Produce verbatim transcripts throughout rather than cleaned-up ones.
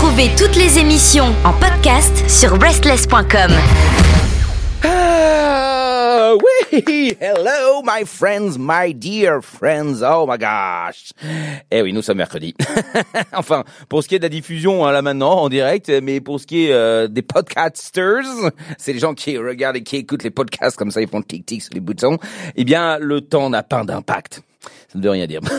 Retrouvez toutes les émissions en podcast sur breastless point com. Ah, oui, hello my friends, my dear friends, oh my gosh. Eh oui, nous sommes mercredi. Enfin, pour ce qui est de la diffusion, hein, là maintenant, en direct, mais pour ce qui est euh, des podcasters, c'est les gens qui regardent et qui écoutent les podcasts comme ça, ils font le tic-tic sur les boutons, eh bien, le temps n'a pas d'impact. Ça ne veut rien dire.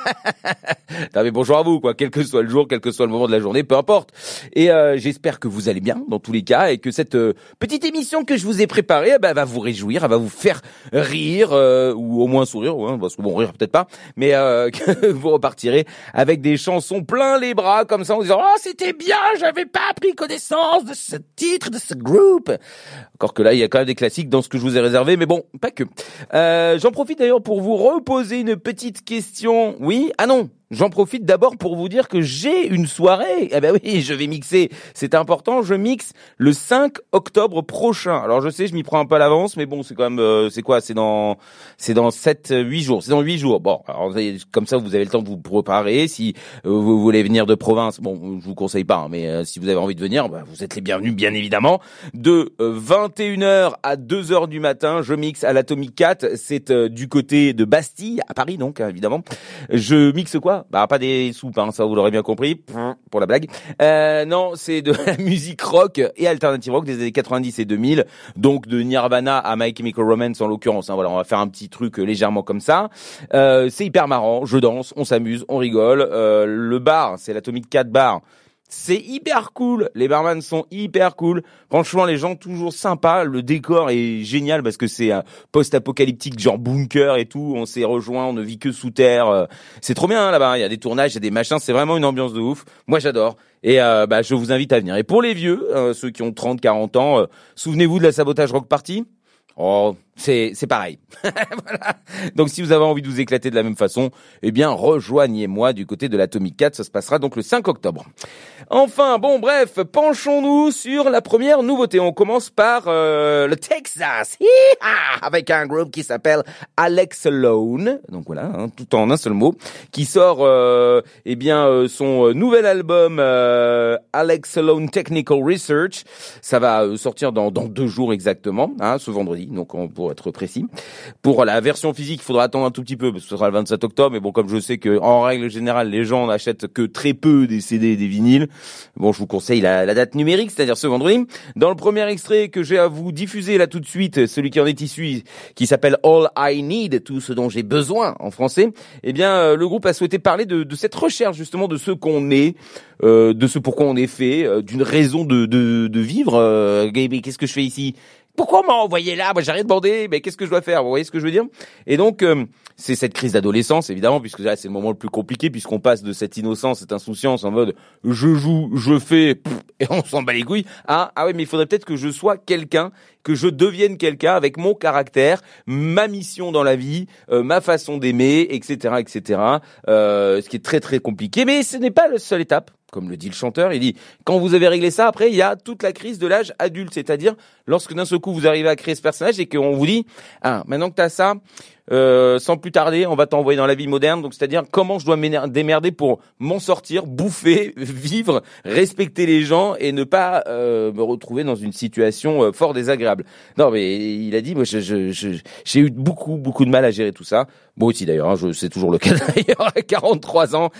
Non mais bonjour à vous, quoi. Quel que soit le jour, quel que soit le moment de la journée, peu importe. Et euh, j'espère que vous allez bien dans tous les cas et que cette euh, petite émission que je vous ai préparée, eh ben, va vous réjouir, elle va vous faire rire euh, ou au moins sourire, hein, parce que bon, rire peut-être pas, mais euh, que vous repartirez avec des chansons plein les bras comme ça en disant oh c'était bien, j'avais pas pris connaissance de ce titre, de ce groupe. Encore que là, il y a quand même des classiques dans ce que je vous ai réservé, mais bon, pas que. Euh, j'en profite d'ailleurs pour vous reposer une petite question. Oui? Ah non. J'en profite d'abord pour vous dire que j'ai une soirée. Eh ben oui, je vais mixer. C'est important. Je mixe le cinq octobre prochain. Alors je sais, je m'y prends un peu à l'avance, mais bon, c'est quand même, euh, c'est quoi? C'est dans, c'est dans sept, huit jours. C'est dans huit jours. Bon, alors comme ça, vous avez le temps de vous préparer. Si euh, vous voulez venir de province, bon, je vous conseille pas, hein, mais euh, si vous avez envie de venir, bah, vous êtes les bienvenus, bien évidemment. De euh, vingt et une heures à deux heures du matin, je mixe à l'Atomic quatre. C'est euh, du côté de Bastille, à Paris, donc hein, évidemment. Je mixe quoi? Bah pas des soupes, hein, ça vous l'aurez bien compris, pour la blague. Euh, non, c'est de la musique rock et alternative rock des années quatre-vingt-dix et deux mille, donc de Nirvana à My Chemical Romance en l'occurrence. Hein, voilà, on va faire un petit truc légèrement comme ça. Euh, c'est hyper marrant, je danse, on s'amuse, on rigole. Euh, le bar, c'est l'Atomic quatre Bar. C'est hyper cool, les barman sont hyper cool. Franchement, les gens toujours sympas, le décor est génial parce que c'est un post-apocalyptique genre bunker et tout. On s'est rejoint, on ne vit que sous terre. C'est trop bien hein, là-bas. Il y a des tournages, il y a des machins. C'est vraiment une ambiance de ouf. Moi, j'adore. Et euh, bah, je vous invite à venir. Et pour les vieux, euh, ceux qui ont trente, quarante ans, euh, souvenez-vous de la Sabotage Rock Party. Oh, c'est c'est pareil. Voilà. Donc si vous avez envie de vous éclater de la même façon, eh bien rejoignez-moi du côté de l'Atomic quatre, ça se passera donc le cinq octobre. Enfin, bon bref, penchons-nous sur la première nouveauté. On commence par euh, le Texas. Hi-ha, avec un groupe qui s'appelle Alex Alone. Donc voilà, hein, tout en un seul mot, qui sort euh, eh bien euh, son nouvel album euh, Alex Alone Technical Research. Ça va euh, sortir dans dans deux jours exactement, hein, ce vendredi. Donc on, pour être précis. Pour la version physique, il faudra attendre un tout petit peu parce que ce sera le vingt-sept octobre. Mais bon, comme je sais que en règle générale, les gens n'achètent que très peu des C D et des vinyles. Bon, je vous conseille la, la date numérique, c'est-à-dire ce vendredi. Dans le premier extrait que j'ai à vous diffuser là tout de suite, celui qui en est issu, qui s'appelle All I Need, tout ce dont j'ai besoin en français. Eh bien, euh, le groupe a souhaité parler de, de cette recherche justement de ce qu'on est, euh, de ce pourquoi on est fait, euh, d'une raison de, de, de vivre. Euh, qu'est-ce que je fais ici? Pourquoi on m'a envoyé là? Moi, j'ai rien demandé, mais qu'est-ce que je dois faire? Vous voyez ce que je veux dire? Et donc, euh, c'est cette crise d'adolescence, évidemment, puisque là, c'est le moment le plus compliqué, puisqu'on passe de cette innocence, cette insouciance en mode je joue, je fais, pff, et on s'en bat les couilles, à ah oui, mais il faudrait peut-être que je sois quelqu'un, que je devienne quelqu'un avec mon caractère, ma mission dans la vie, euh, ma façon d'aimer, et cetera, et cetera. Euh, ce qui est très très compliqué, mais ce n'est pas la seule étape. Comme le dit le chanteur, il dit quand vous avez réglé ça, après il y a toute la crise de l'âge adulte, c'est-à-dire lorsque d'un seul coup vous arrivez à créer ce personnage et qu'on vous dit ah maintenant que t'as ça, euh, sans plus tarder, on va t'envoyer dans la vie moderne. Donc c'est-à-dire comment je dois me démerder pour m'en sortir, bouffer, vivre, respecter les gens et ne pas euh, me retrouver dans une situation euh, fort désagréable. Non mais il a dit moi je, je, je, j'ai eu beaucoup beaucoup de mal à gérer tout ça. Moi aussi d'ailleurs, hein, je, c'est toujours le cas d'ailleurs, à quarante-trois ans.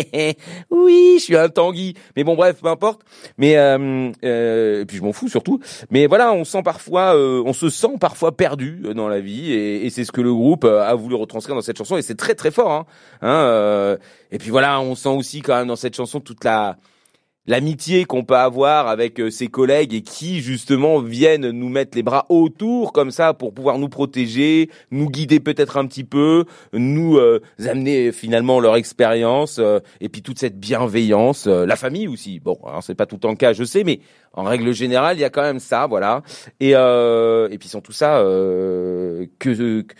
Oui, je suis un Tanguy. Mais bon, bref, peu importe. Mais euh, euh, et puis je m'en fous surtout. Mais voilà, on sent parfois, euh, on se sent parfois perdu dans la vie, et, et c'est ce que le groupe a voulu retranscrire dans cette chanson, et c'est très très fort. Hein, hein euh, et puis voilà, on sent aussi quand même dans cette chanson toute la l'amitié qu'on peut avoir avec euh, ses collègues et qui justement viennent nous mettre les bras autour comme ça pour pouvoir nous protéger, nous guider peut-être un petit peu, nous euh, amener finalement leur expérience, euh, et puis toute cette bienveillance, euh, la famille aussi. Bon, alors c'est pas tout le temps le cas, je sais, mais en règle générale, il y a quand même ça, voilà. Et euh, et puis sans tout ça, euh, que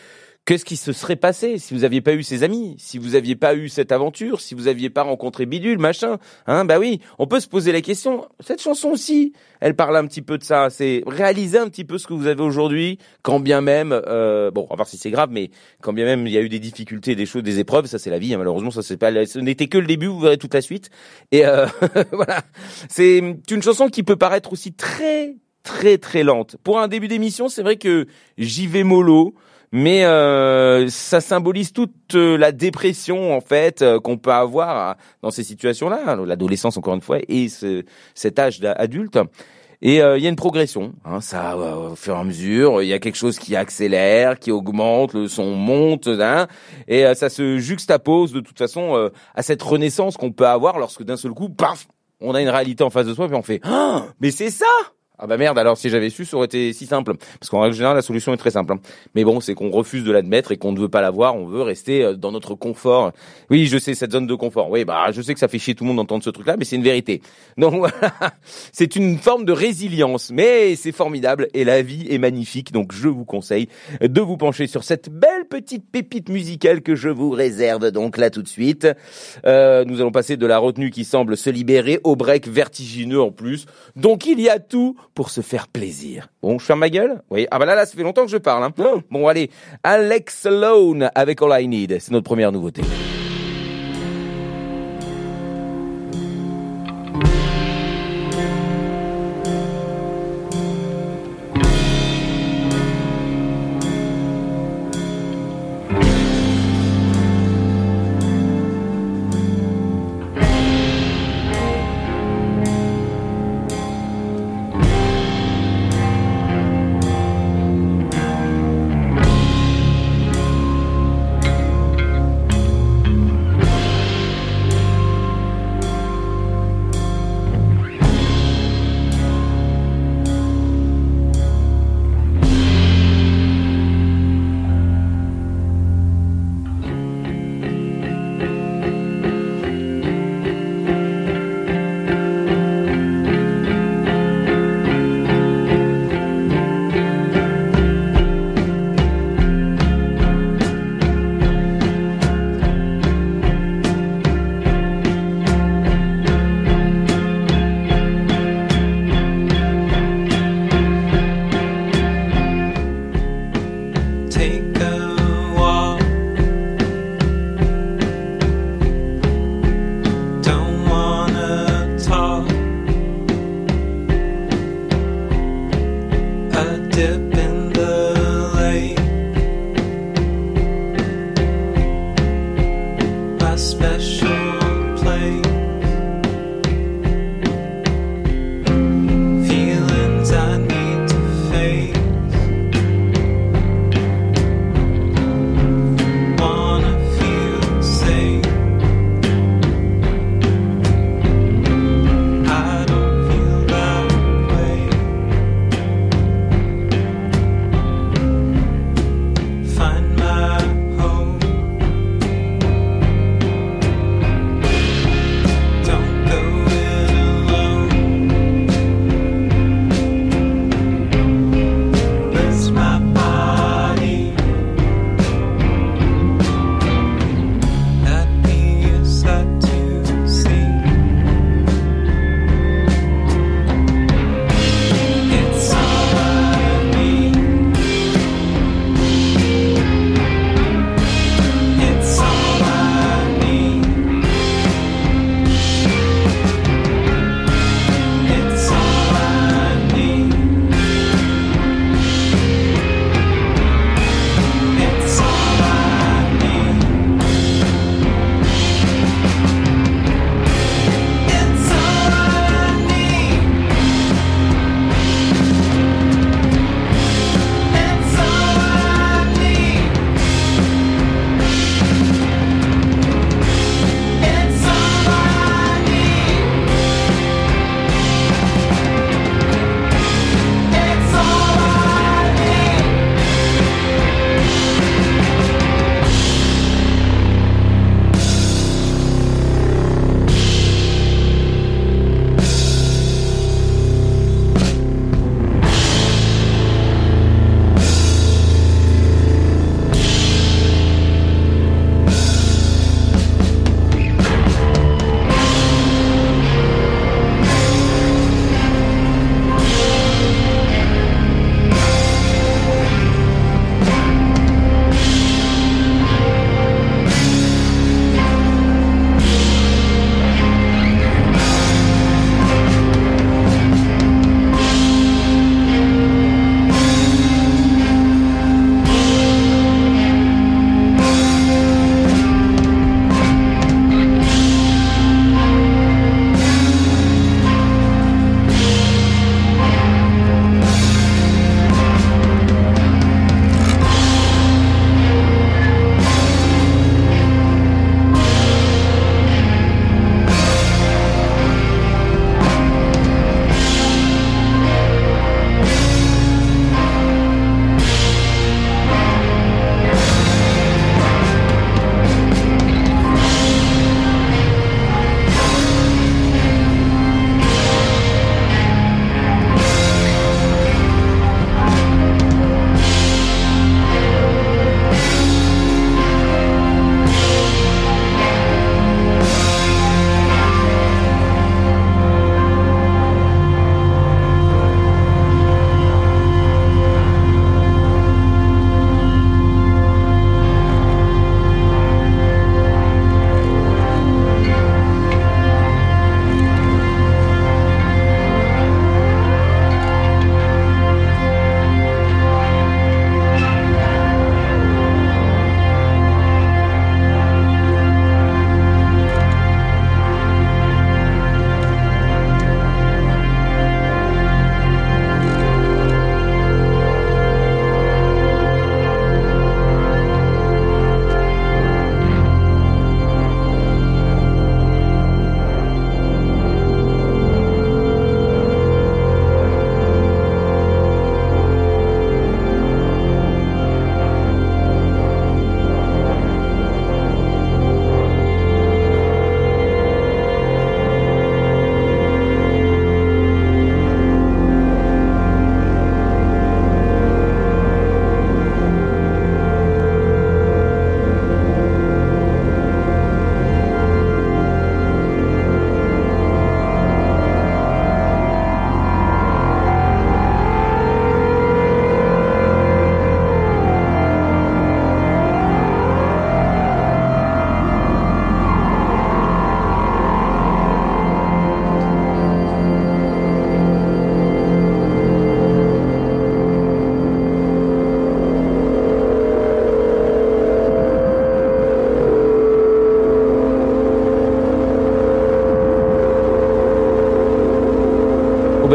Qu'est-ce qui se serait passé si vous aviez pas eu ces amis, si vous aviez pas eu cette aventure, si vous aviez pas rencontré bidule, machin, hein, bah oui, on peut se poser la question. Cette chanson aussi, elle parle un petit peu de ça. C'est réaliser un petit peu ce que vous avez aujourd'hui, quand bien même, euh, bon, à voir si c'est grave, mais quand bien même il y a eu des difficultés, des choses, des épreuves, ça c'est la vie. Hein, malheureusement, ça c'est pas, ce n'était que le début. Vous verrez toute la suite. Et euh, voilà, c'est une chanson qui peut paraître aussi très, très, très lente. Pour un début d'émission, c'est vrai que j'y vais mollo. Mais euh, ça symbolise toute euh, la dépression en fait euh, qu'on peut avoir euh, dans ces situations-là, l'adolescence encore une fois et ce, cet âge adulte. Et il euh, y a une progression, hein, ça euh, au fur et à mesure, il y a quelque chose qui accélère, qui augmente, le son monte, hein, et euh, ça se juxtapose de toute façon euh, à cette renaissance qu'on peut avoir lorsque d'un seul coup, paf, on a une réalité en face de soi puis on fait ah, mais c'est ça. Ah bah merde, alors si j'avais su, ça aurait été si simple. Parce qu'en règle générale, la solution est très simple. Hein. Mais bon, c'est qu'on refuse de l'admettre et qu'on ne veut pas l'avoir, on veut rester dans notre confort. Oui, je sais, cette zone de confort. Oui, bah je sais que ça fait chier tout le monde d'entendre ce truc-là, mais c'est une vérité. Donc voilà, c'est une forme de résilience, mais c'est formidable et la vie est magnifique. Donc je vous conseille de vous pencher sur cette belle petite pépite musicale que je vous réserve donc là tout de suite. Euh, nous allons passer de la retenue qui semble se libérer au break vertigineux en plus. Donc il y a tout pour se faire plaisir. Bon, je ferme ma gueule? Oui. Ah bah là, là, ça fait longtemps que je parle. Hein. Oh. Bon, allez. Alex Lone avec All I Need. C'est notre première nouveauté.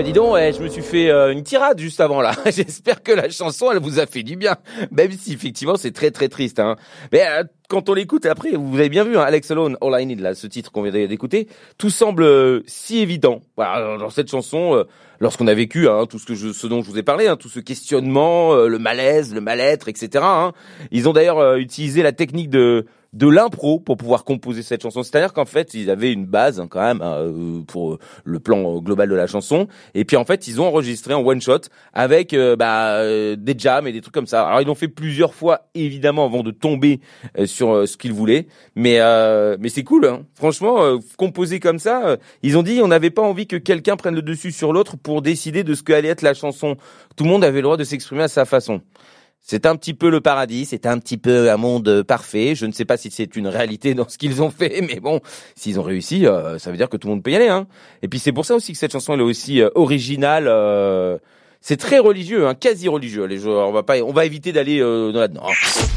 dis donc, ouais, je me suis fait euh, une tirade juste avant là. J'espère que la chanson, elle vous a fait du bien, même si effectivement c'est très très triste. Hein. Mais euh, quand on l'écoute après, vous avez bien vu, hein, Alex Alone, All I Need, là, ce titre qu'on vient d'écouter, tout semble euh, si évident. Voilà, dans cette chanson, euh, lorsqu'on a vécu hein, tout ce que je, ce dont je vous ai parlé, hein, tout ce questionnement, euh, le malaise, le mal-être, et cetera. Hein. Ils ont d'ailleurs euh, utilisé la technique de de l'impro pour pouvoir composer cette chanson. C'est-à-dire qu'en fait, ils avaient une base hein, quand même euh, pour le plan global de la chanson. Et puis en fait, ils ont enregistré en one shot avec euh, bah, euh, des jams et des trucs comme ça. Alors ils l'ont fait plusieurs fois évidemment avant de tomber euh, sur euh, ce qu'ils voulaient. Mais euh, mais c'est cool. Hein. Franchement, euh, composer comme ça, euh, ils ont dit on n'avait pas envie que quelqu'un prenne le dessus sur l'autre pour décider de ce que allait être la chanson. Tout le monde avait le droit de s'exprimer à sa façon. C'est un petit peu le paradis, c'est un petit peu un monde parfait. Je ne sais pas si c'est une réalité dans ce qu'ils ont fait, mais bon, s'ils ont réussi, euh, ça veut dire que tout le monde peut y aller. Hein. Et puis c'est pour ça aussi que cette chanson elle est aussi euh, originale. Euh, c'est très religieux, hein, quasi religieux. Les joueurs, on va pas, on va éviter d'aller euh, dans là-dedans.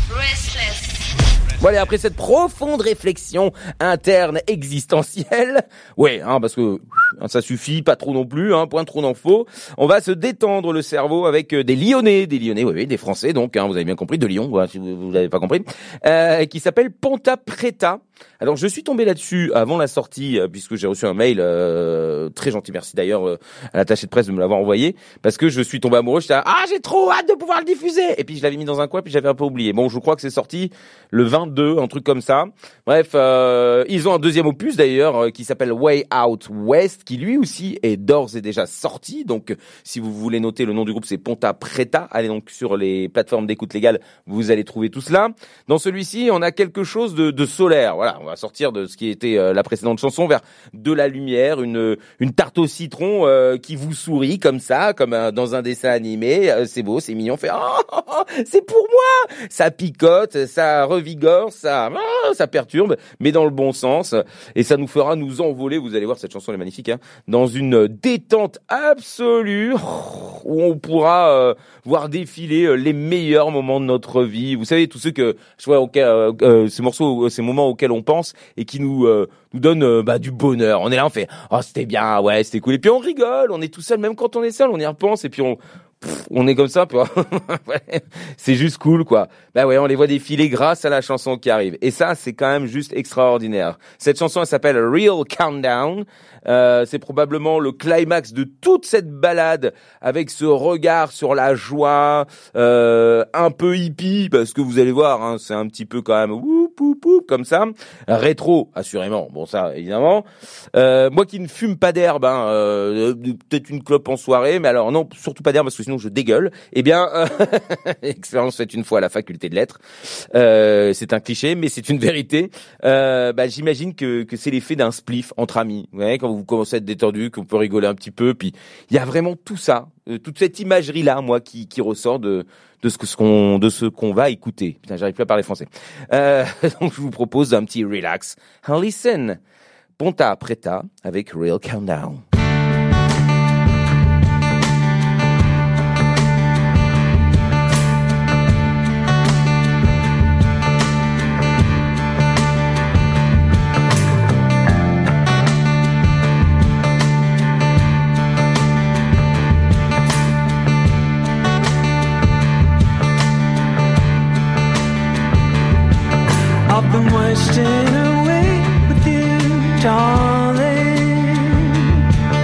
Bon allez, après cette profonde réflexion interne existentielle, ouais, hein, parce que hein, ça suffit, pas trop non plus, hein, point trop d'infos. On va se détendre le cerveau avec des Lyonnais, des Lyonnais, oui, oui, des Français, donc, hein, vous avez bien compris, de Lyon, voilà, si vous n'avez pas compris, euh, qui s'appelle Ponta Preta. Alors je suis tombé là-dessus avant la sortie, euh, puisque j'ai reçu un mail euh, très gentil, merci d'ailleurs euh, à l'attaché de presse de me l'avoir envoyé, parce que je suis tombé amoureux, j'étais là, ah j'ai trop hâte de pouvoir le diffuser, et puis je l'avais mis dans un coin, puis j'avais un peu oublié. Bon, je crois que c'est sorti le vingt-deux, un truc comme ça. Bref, euh, ils ont un deuxième opus d'ailleurs euh, qui s'appelle Way Out West, qui lui aussi est d'ores et déjà sorti. Donc si vous voulez noter le nom du groupe, c'est Ponta Preta. Allez donc sur les plateformes d'écoute légale, vous allez trouver tout cela. Dans celui-ci, on a quelque chose de, de solaire. Voilà, on va sortir de ce qui était euh, la précédente chanson vers de la lumière, une une tarte au citron euh, qui vous sourit comme ça, comme un, dans un dessin animé. Euh, c'est beau, c'est mignon. Fait oh, oh, oh, c'est pour moi. Ça picote, ça revigore, ça oh, ça perturbe, mais dans le bon sens. Et ça nous fera nous envoler. Vous allez voir, cette chanson elle est magnifique. Hein, dans une détente absolue où on pourra euh, voir défiler les meilleurs moments de notre vie. Vous savez, tous ceux que je vois auquel, euh, euh, ces morceaux, ces moments auxquels on pense et qui nous euh, nous donnent euh, bah, du bonheur. On est là, on fait oh c'était bien, ouais c'était cool. Et puis on rigole, on est tout seul, même quand on est seul, on y repense et puis on Pff, on est comme ça, ouais, c'est juste cool, quoi. Bah ouais, on les voit défiler grâce à la chanson qui arrive. Et ça, c'est quand même juste extraordinaire. Cette chanson, elle s'appelle Real Countdown. Euh, c'est probablement le climax de toute cette balade avec ce regard sur la joie, euh, un peu hippie, parce que vous allez voir, hein, c'est un petit peu quand même whoop, whoop, whoop, comme ça. Rétro, assurément. Bon, ça, évidemment. Euh, moi qui ne fume pas d'herbe, hein, euh, peut-être une clope en soirée, mais alors non, surtout pas d'herbe parce que sinon je dégueule. Eh bien, euh, expérience faite une fois à la faculté de lettres. Euh, c'est un cliché, mais c'est une vérité. Euh, bah, j'imagine que, que c'est l'effet d'un spliff entre amis. Ouais, quand vous commencez à être détendu, qu'on peut rigoler un petit peu, puis il y a vraiment tout ça, euh, toute cette imagerie là, moi, qui, qui ressort de de ce que ce qu'on de ce qu'on va écouter. Putain, j'arrive plus à parler français. Euh, donc je vous propose un petit relax. And listen, Ponta Preta avec Real Countdown. I've been wasting away with you, darling.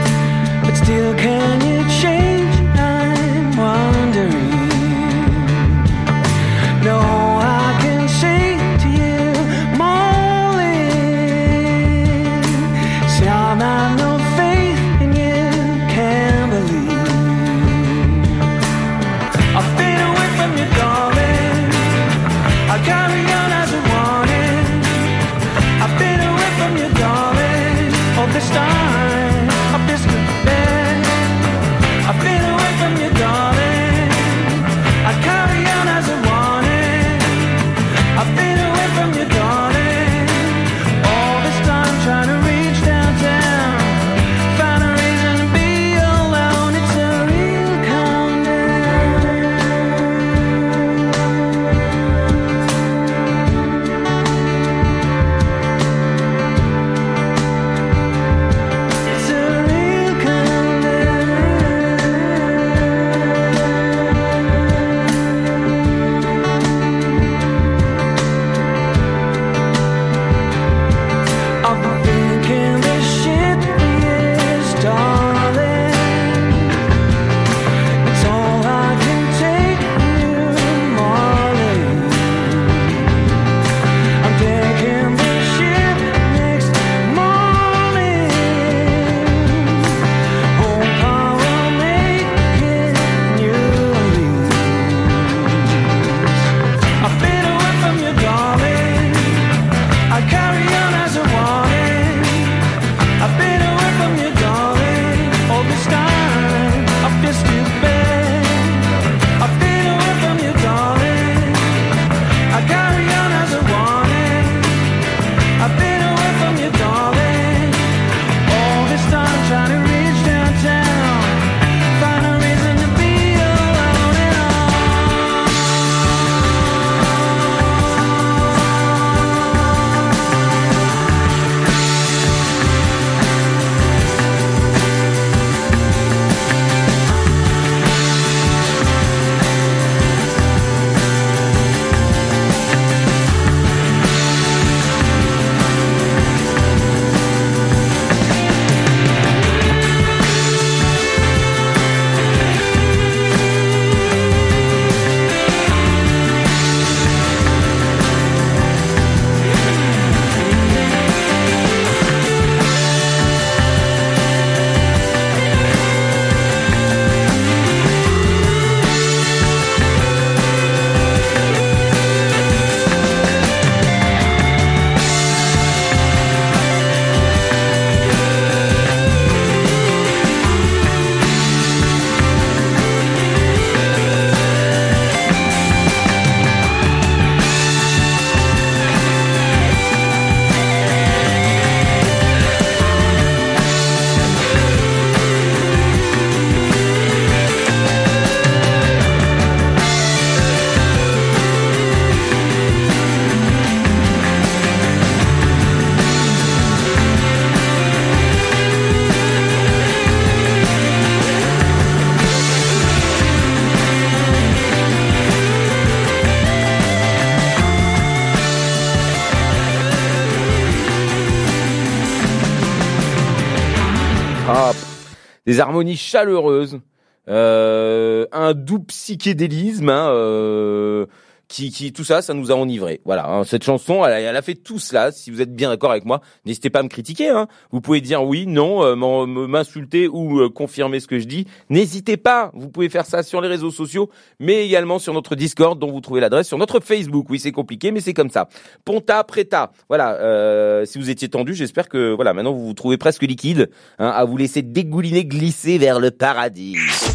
Ah, des harmonies chaleureuses, euh, un doux psychédélisme, hein, euh, qui, qui, tout ça, ça nous a enivrés. Voilà, hein, cette chanson, elle a, elle a fait tout cela. Si vous êtes bien d'accord avec moi, n'hésitez pas à me critiquer. Hein. Vous pouvez dire oui, non, euh, m'insulter ou euh, confirmer ce que je dis. N'hésitez pas. Vous pouvez faire ça sur les réseaux sociaux, mais également sur notre Discord, dont vous trouvez l'adresse sur notre Facebook. Oui, c'est compliqué, mais c'est comme ça. Ponta Preta. Voilà. Euh, si vous étiez tendu, j'espère que voilà, maintenant vous vous trouvez presque liquide, hein, à vous laisser dégouliner, glisser vers le paradis.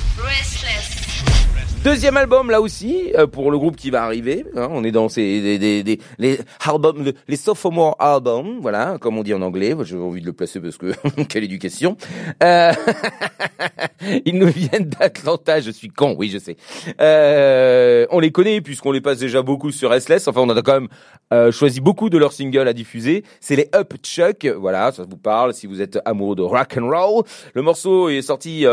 Deuxième album là aussi euh, pour le groupe qui va arriver. Hein, on est dans ces des, des, des les albums, les, les sophomore albums, voilà, comme on dit en anglais. J'ai envie de le placer parce que quelle éducation. Euh... Ils nous viennent d'Atlanta. Je suis con, oui, je sais. Euh... On les connaît puisqu'on les passe déjà beaucoup sur Restless. Enfin, on a quand même euh, choisi beaucoup de leurs singles à diffuser. C'est les Upchuck. Voilà, ça vous parle si vous êtes amoureux de rock and roll. Le morceau est sorti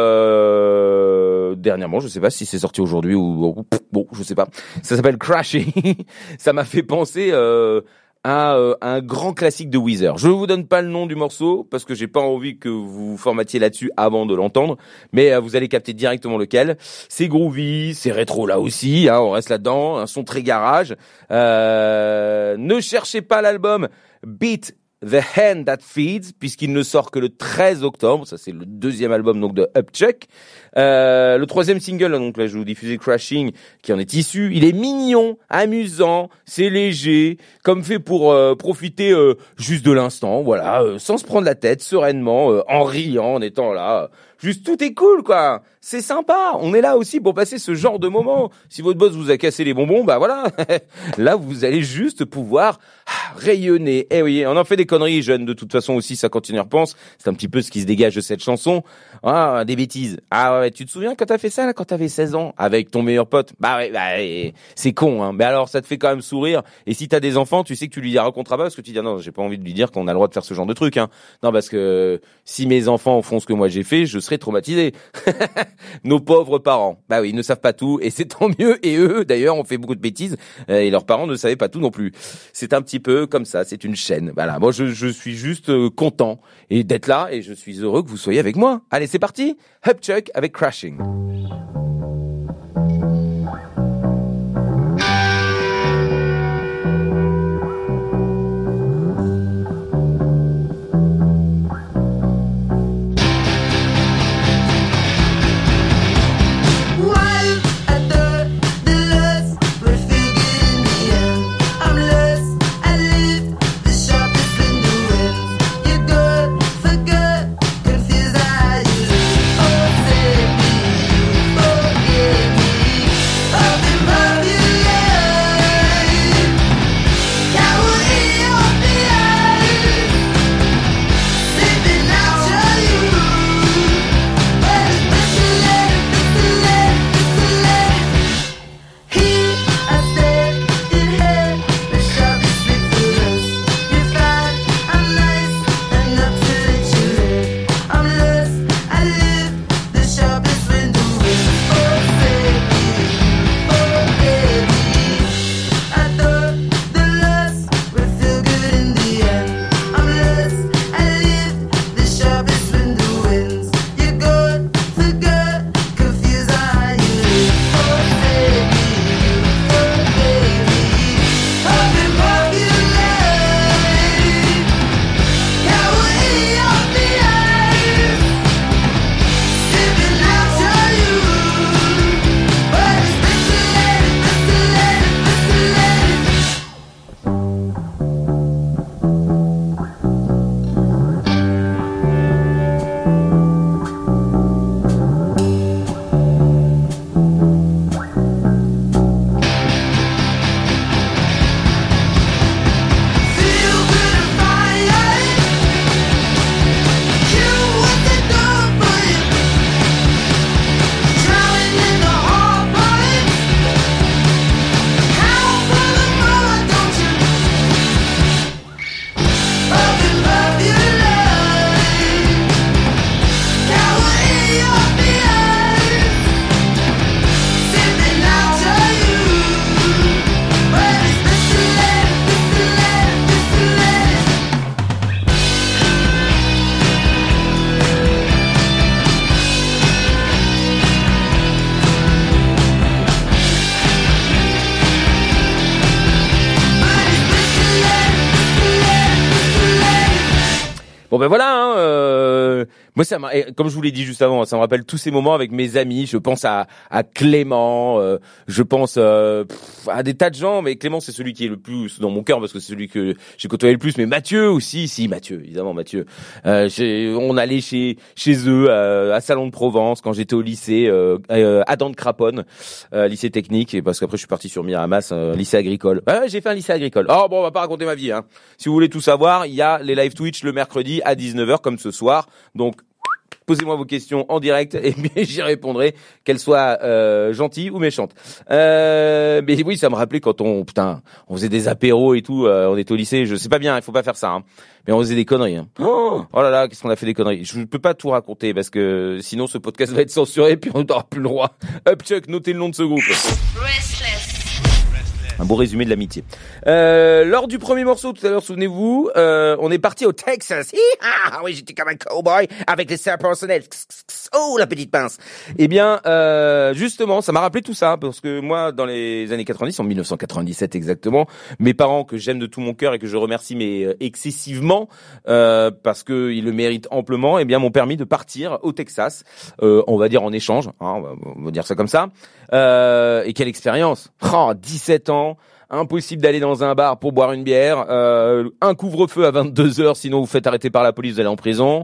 euh... dernièrement. Je sais pas si c'est sorti aujourd'hui. Aujourd'hui ou bon, je sais pas. Ça s'appelle Crashing. Ça m'a fait penser euh, à, euh, à un grand classique de Weezer. Je ne vous donne pas le nom du morceau parce que j'ai pas envie que vous formatiez là-dessus avant de l'entendre, mais euh, vous allez capter directement lequel. C'est groovy, c'est rétro là aussi. Hein, on reste là-dedans. Un son très garage. Euh, ne cherchez pas l'album Beat The Hand That Feeds, puisqu'il ne sort que le treize octobre. Ça, c'est le deuxième album donc de Upchuck. Euh, le troisième single, donc là, je vous diffusais Crashing, qui en est issu. Il est mignon, amusant, c'est léger, comme fait pour euh, profiter euh, juste de l'instant, voilà, euh, sans se prendre la tête, sereinement, euh, en riant, en étant là. Euh, juste tout est cool, quoi. C'est sympa. On est là aussi pour passer ce genre de moment. Si votre boss vous a cassé les bonbons, bah voilà. Là, vous allez juste pouvoir rayonner. Eh oui, on en fait des conneries, jeunes. De toute façon aussi, ça continue, repense. C'est un petit peu ce qui se dégage de cette chanson. Ah, des bêtises. Ah ouais, tu te souviens quand t'as fait ça, là, quand t'avais seize ans, avec ton meilleur pote? Bah ouais, bah ouais, c'est con, hein. Mais alors, ça te fait quand même sourire. Et si t'as des enfants, tu sais que tu lui raconteras pas parce que tu dis, non, j'ai pas envie de lui dire qu'on a le droit de faire ce genre de truc, hein. Non, parce que si mes enfants font ce que moi j'ai fait, je serai traumatisé. Nos pauvres parents. Bah oui, ils ne savent pas tout et c'est tant mieux. Et eux, d'ailleurs, ont fait beaucoup de bêtises euh, et leurs parents ne savaient pas tout non plus. C'est un petit peu comme ça, c'est une chaîne. Voilà, moi je, je suis juste euh, content et d'être là et je suis heureux que vous soyez avec moi. Allez, c'est parti. Upchuck avec Crashing. Forget Bon ben voilà, hein, euh, moi ça m'a, comme je vous l'ai dit juste avant, ça me rappelle tous ces moments avec mes amis. Je pense à, à Clément, euh, je pense euh, pff, à des tas de gens, mais Clément c'est celui qui est le plus dans mon cœur parce que c'est celui que j'ai côtoyé le plus. Mais Mathieu aussi, si Mathieu, évidemment Mathieu. Euh, j'ai, on allait chez chez eux euh, à Salon de Provence quand j'étais au lycée, euh, euh, Adam de Craponne, euh, lycée technique, et parce qu'après je suis parti sur Miramas, euh, lycée agricole. Ah, j'ai fait un lycée agricole. Oh bon, on va pas raconter ma vie, hein. Si vous voulez tout savoir, il y a les live Twitch le mercredi à dix-neuf heures comme ce soir. Donc posez-moi vos questions en direct et bien j'y répondrai, qu'elles soient euh, gentilles ou méchantes. Euh, mais oui, ça me rappelait quand on putain, on faisait des apéros et tout, euh, on était au lycée, je sais pas bien, il faut pas faire ça, hein. Mais on faisait des conneries. Hein. Oh, oh là là, qu'est-ce qu'on a fait des conneries. Je ne peux pas tout raconter parce que sinon ce podcast va être censuré puis on n'aura plus le droit. Up Chuck, notez le nom de ce groupe. Restless. Un beau résumé de l'amitié. Euh, lors du premier morceau, tout à l'heure, souvenez-vous, euh, on est parti au Texas. Ah oui, j'étais comme un cowboy avec les serres personnelles. Oh, la petite pince. Eh bien, euh, justement, ça m'a rappelé tout ça, parce que moi, dans les années quatre-vingt-dix, en mille neuf cent quatre-vingt-dix-sept exactement, mes parents, que j'aime de tout mon cœur et que je remercie, mais euh, excessivement, euh, parce qu'ils le méritent amplement, eh bien, m'ont permis de partir au Texas, euh, on va dire en échange, hein, on, va, on va dire ça comme ça. Euh, et quelle expérience. Oh, dix-sept ans. Impossible d'aller dans un bar pour boire une bière, euh, un couvre-feu à vingt-deux heures, sinon vous faites arrêter par la police, vous allez en prison.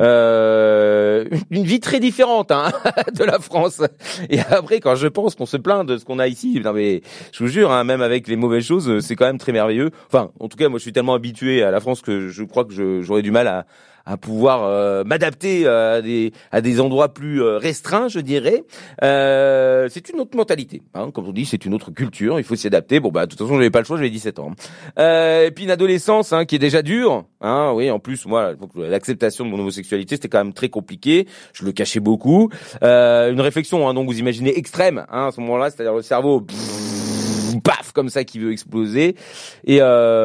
Euh, une vie très différente hein, de la France. Et après, quand je pense qu'on se plaint de ce qu'on a ici, non mais je vous jure, hein, même avec les mauvaises choses, c'est quand même très merveilleux. Enfin, en tout cas, moi, je suis tellement habitué à la France que je crois que je, j'aurais du mal à à pouvoir euh, m'adapter à des à des endroits plus euh, restreints, je dirais. Euh, c'est une autre mentalité, hein, comme on dit, c'est une autre culture. Il faut s'y adapter. Bon bah de toute façon, j'avais pas le choix, j'avais dix-sept ans. Euh, et puis une adolescence hein, qui est déjà dure. Hein, oui, en plus moi, l'acceptation de mon homosexualité, c'était quand même très compliqué. Je le cachais beaucoup. Euh, une réflexion, hein, donc vous imaginez extrême, hein, à ce moment-là, c'est-à-dire le cerveau. Pff, paf, comme ça, qui veut exploser. Et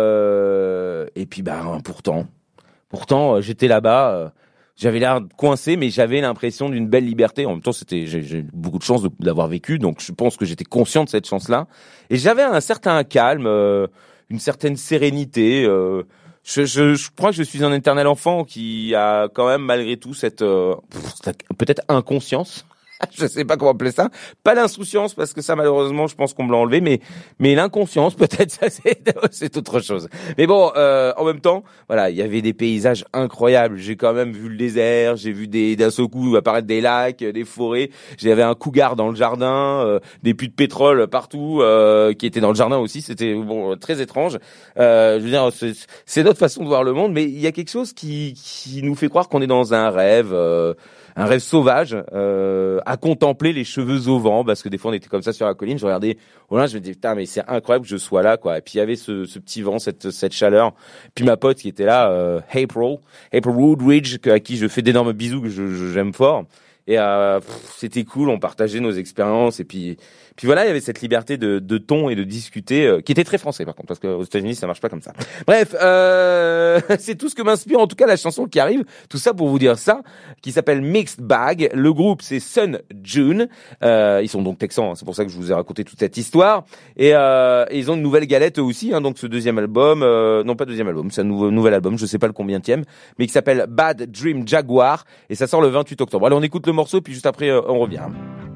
euh, et puis bah pourtant. Pourtant, j'étais là-bas, euh, j'avais l'air coincé, mais j'avais l'impression d'une belle liberté. En même temps, c'était, j'ai, j'ai beaucoup de chance de, d'avoir vécu, donc je pense que j'étais conscient de cette chance-là. Et j'avais un certain calme, euh, une certaine sérénité. Euh, je, je, je crois que je suis un éternel enfant qui a quand même, malgré tout, cette, euh, cette peut-être inconscience. Je sais pas comment appeler ça. Pas l'insouciance, parce que ça, malheureusement, je pense qu'on me l'a enlevé, mais, mais l'inconscience, peut-être, ça, c'est, c'est autre chose. Mais bon, euh, en même temps, voilà, il y avait des paysages incroyables. J'ai quand même vu le désert, j'ai vu des, d'un seul coup apparaître des lacs, des forêts. J'avais un cougar dans le jardin, euh, des puits de pétrole partout, euh, qui étaient dans le jardin aussi. C'était, bon, très étrange. Euh, je veux dire, c'est, c'est notre façon de voir le monde, mais il y a quelque chose qui, qui nous fait croire qu'on est dans un rêve, euh, un rêve sauvage, euh, à contempler les cheveux au vent, parce que des fois on était comme ça sur la colline, je regardais, voilà, je me disais putain mais c'est incroyable que je sois là quoi. Et puis il y avait ce, ce petit vent, cette cette chaleur. Puis ma pote qui était là, euh, April, April Woodridge, à qui je fais d'énormes bisous, que je, je j'aime fort. Et euh, pff, c'était cool, on partageait nos expériences et puis puis voilà, il y avait cette liberté de, de ton et de discuter euh, qui était très français par contre, parce qu'aux États-Unis ça marche pas comme ça. Bref, euh, c'est tout ce que m'inspire en tout cas la chanson qui arrive. Tout ça pour vous dire ça, qui s'appelle Mixed Bag. Le groupe c'est Sun June. Euh, ils sont donc texans, hein, c'est pour ça que je vous ai raconté toute cette histoire. Et, euh, et ils ont une nouvelle galette eux aussi, hein, donc ce deuxième album, euh, non pas deuxième album, c'est un nouveau nouvel album, je sais pas le combientième, mais qui s'appelle Bad Dream Jaguar et ça sort le vingt-huit octobre. Allez, on écoute le morceau puis juste après euh, on revient.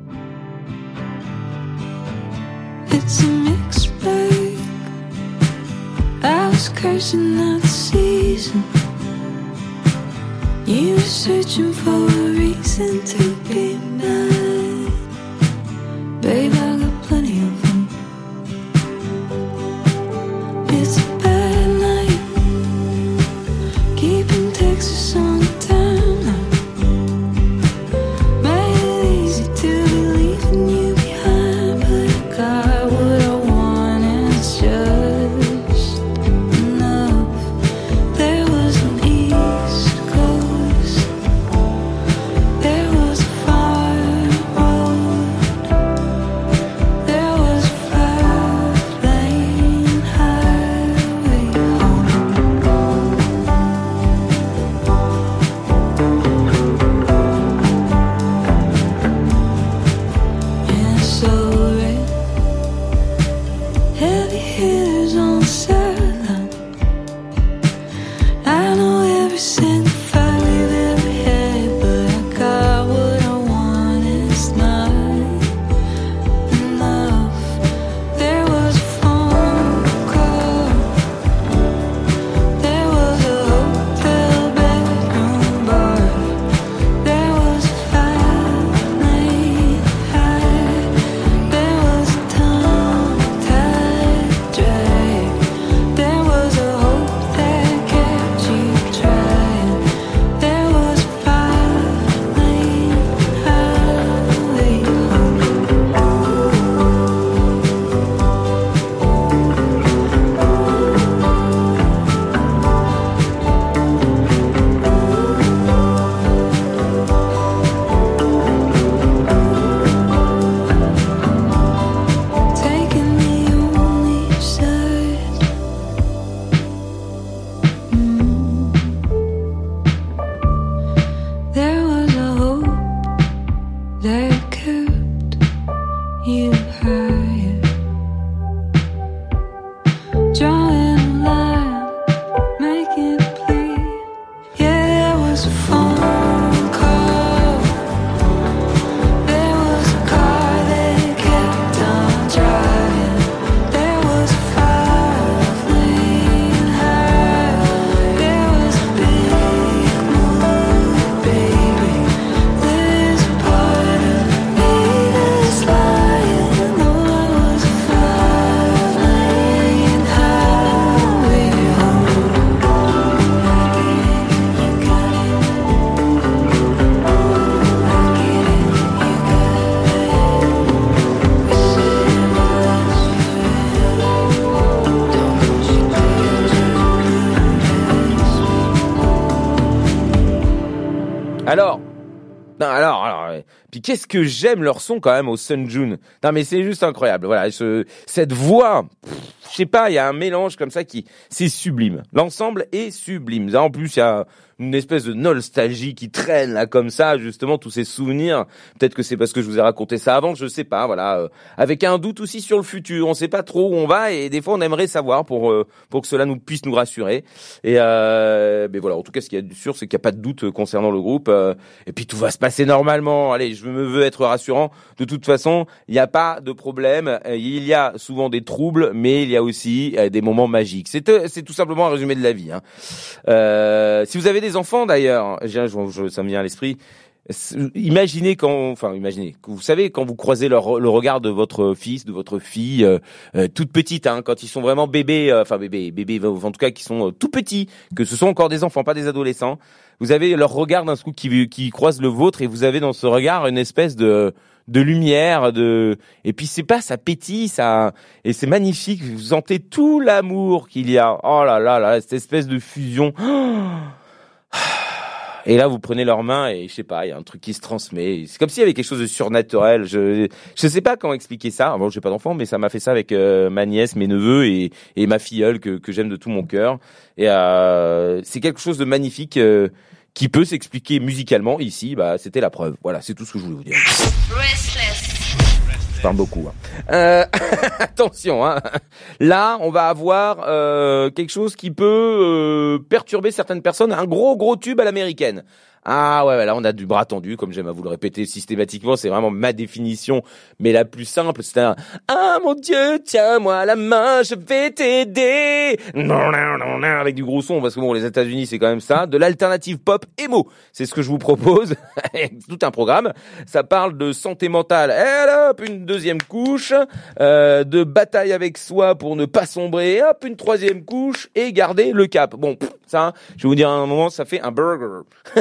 It's a mixed bag. I was cursing out the season. You were searching for a reason to be mad. Babe, I got plenty of them. It's a bad night. Keeping Texas on the timeline. Made it easy to be leaving you behind, but I got what I want and it's just enough. There was an east coast, there was a fire. Alors, non, alors, alors, euh, puis qu'est-ce que j'aime leur son quand même au Sun June. Non, mais c'est juste incroyable. Voilà, ce, cette voix, pff, je sais pas, il y a un mélange comme ça qui, c'est sublime. L'ensemble est sublime. En plus, il y a une espèce de nostalgie qui traîne là comme ça, justement, tous ces souvenirs. Peut-être que c'est parce que je vous ai raconté ça avant, je sais pas, voilà. Euh, avec un doute aussi sur le futur, on sait pas trop où on va et des fois on aimerait savoir pour euh, pour que cela nous puisse nous rassurer. Et euh, mais voilà, en tout cas, ce qu'il y a de sûr, c'est qu'il n'y a pas de doute concernant le groupe. Euh, et puis tout va se passer normalement. Allez, je me veux être rassurant. De toute façon, il n'y a pas de problème. Il y a souvent des troubles, mais il y a aussi euh, des moments magiques. C'est euh, c'est tout simplement un résumé de la vie. Hein. Euh, si vous avez des enfants d'ailleurs, je, je, je, ça me vient à l'esprit. Imaginez quand, enfin imaginez, vous savez quand vous croisez leur, le regard de votre fils, de votre fille, euh, euh, toute petite, hein, quand ils sont vraiment bébés, euh, enfin bébés, bébés, en tout cas qui sont euh, tout petits, que ce sont encore des enfants, pas des adolescents. Vous avez leur regard d'un coup qui, qui croise le vôtre et vous avez dans ce regard une espèce de de lumière, de et puis c'est pas, ça pétille, ça et c'est magnifique. Vous sentez tout l'amour qu'il y a. Oh là là là, cette espèce de fusion. Et là, vous prenez leurs mains et je sais pas, il y a un truc qui se transmet. C'est comme s'il y avait quelque chose de surnaturel. Je je sais pas comment expliquer ça. Bon, j'ai pas d'enfant, mais ça m'a fait ça avec euh, ma nièce, mes neveux et et ma filleule que que j'aime de tout mon cœur. Et euh, c'est quelque chose de magnifique euh, qui peut s'expliquer musicalement. Ici, bah, c'était la preuve. Voilà, c'est tout ce que je voulais vous dire. Restless. Je parle beaucoup. Hein. Euh, attention, hein. Là, on va avoir euh, quelque chose qui peut euh, perturber certaines personnes. Un gros, gros tube à l'américaine. Ah ouais, là on a du bras tendu, comme j'aime à vous le répéter systématiquement, c'est vraiment ma définition, mais la plus simple, c'est un « Ah mon Dieu, tiens-moi la main, je vais t'aider !» Non, non, non, non, avec du gros son, parce que bon, les États-Unis c'est quand même ça, de l'alternative pop émo, c'est ce que je vous propose, tout un programme, ça parle de santé mentale, et hop, une deuxième couche, euh, de bataille avec soi pour ne pas sombrer, hop, une troisième couche, et garder le cap. Bon, pff, ça, je vais vous dire à un moment, ça fait un burger.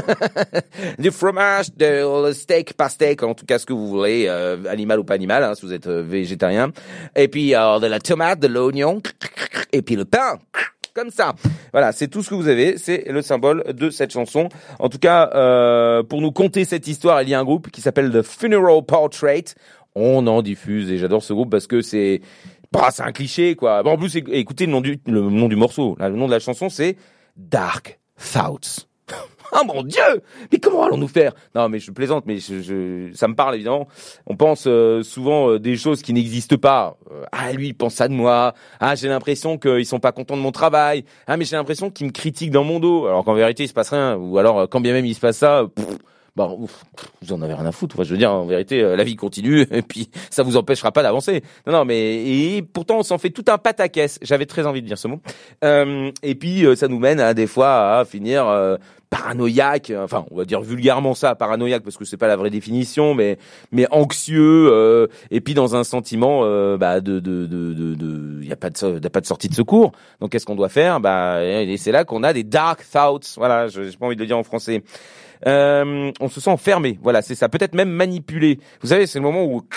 Du fromage, de steak, pas steak, en tout cas ce que vous voulez, euh, animal ou pas animal, hein, si vous êtes euh, végétarien. Et puis euh, de la tomate, de l'oignon, et puis le pain, comme ça. Voilà, c'est tout ce que vous avez, c'est le symbole de cette chanson. En tout cas, euh, pour nous conter cette histoire, il y a un groupe qui s'appelle The Funeral Portrait. On en diffuse et j'adore ce groupe parce que c'est, bah, c'est un cliché quoi. Bon, en plus, écoutez le nom du, le nom du morceau, là, le nom de la chanson, c'est Dark Thoughts. Oh mon Dieu! Mais comment allons-nous faire? Non, mais je plaisante, mais je, je, ça me parle évidemment. On pense euh, souvent euh, des choses qui n'existent pas. Euh, ah, lui, il pense ça de moi. Ah, j'ai l'impression qu'ils sont pas contents de mon travail. Ah, mais j'ai l'impression qu'ils me critiquent dans mon dos. Alors qu'en vérité, il se passe rien. Ou alors, quand bien même il se passe ça, pff, bah, ouf, vous en avez rien à foutre. Enfin, je veux dire, en vérité, euh, la vie continue et puis ça vous empêchera pas d'avancer. Non, non, mais et pourtant, on s'en fait tout un pataquès. J'avais très envie de dire ce mot. Euh, et puis, euh, ça nous mène à des fois à finir euh, paranoïaque. Enfin, on va dire vulgairement ça, paranoïaque, parce que c'est pas la vraie définition, mais mais anxieux. Euh, et puis dans un sentiment, euh, bah, de de de de, de y a pas de y a pas de sortie de secours. Donc, qu'est-ce qu'on doit faire? Bah, et c'est là qu'on a des dark thoughts. Voilà, j'ai pas envie de le dire en français. Euh, on se sent enfermé, voilà, c'est ça. Peut-être même manipulé. Vous savez, c'est le moment où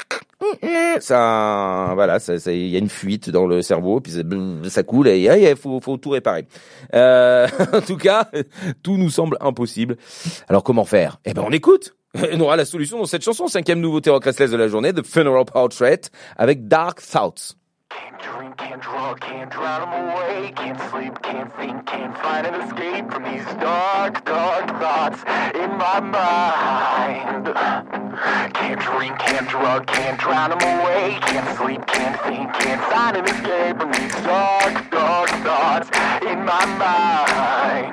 ça, voilà, ça, ça, il y a une fuite dans le cerveau, puis ça, ça coule et il faut, faut tout réparer. Euh, en tout cas, tout nous semble impossible. Alors comment faire? Eh ben, on écoute. On aura la solution dans cette chanson, cinquième nouveauté rock restless de la journée, The Funeral Portrait, avec Dark Thoughts. Can't drink, can't drug, can't drown 'em away. Can't sleep, can't think, can't find an escape from these dark, dark thoughts in my mind. Can't drink, can't drug, can't drown 'em away. Can't sleep, can't think, can't find an escape from these dark, dark thoughts in my mind.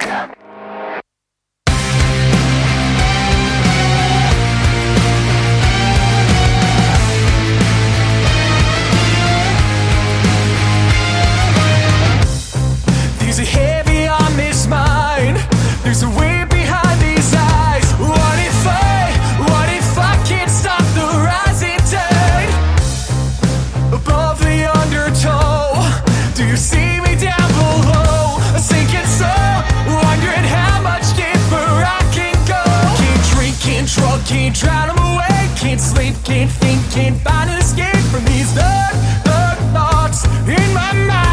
There's a heavy on this mind. There's a weight behind these eyes. What if I, what if I can't stop the rising tide? Above the undertow, do you see me down below? A sinking soul, wondering how much deeper I can go. Can't drink, can't drug, can't drown 'em away. Can't sleep, can't think, can't find an escape from these dark, dark thoughts in my mind.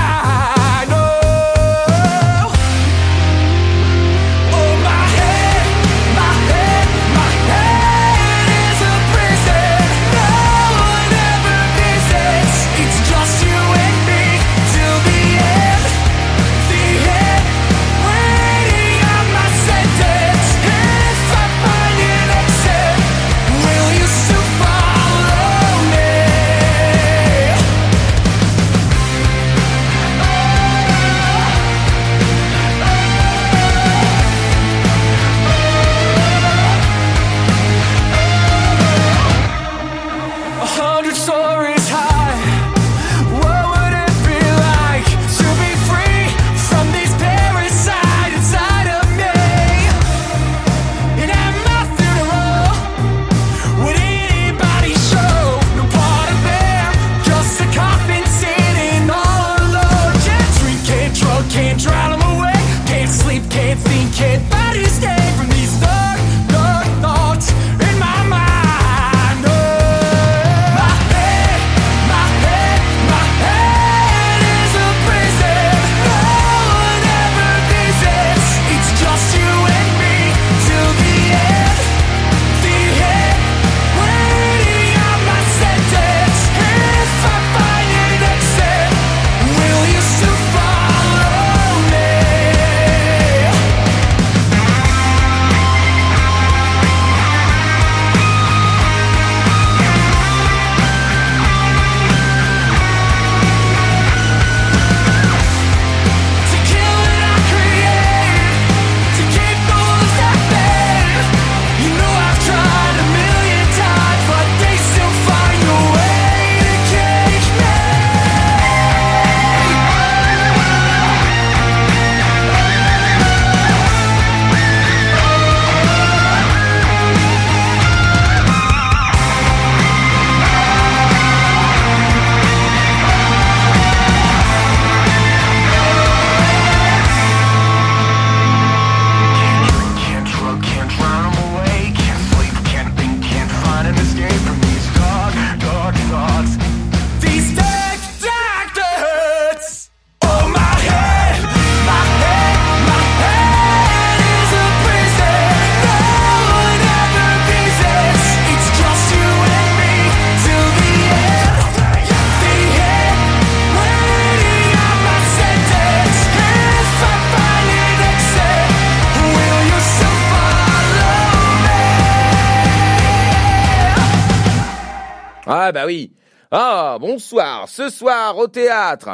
Ah bah oui. Ah, bonsoir. Ce soir au théâtre.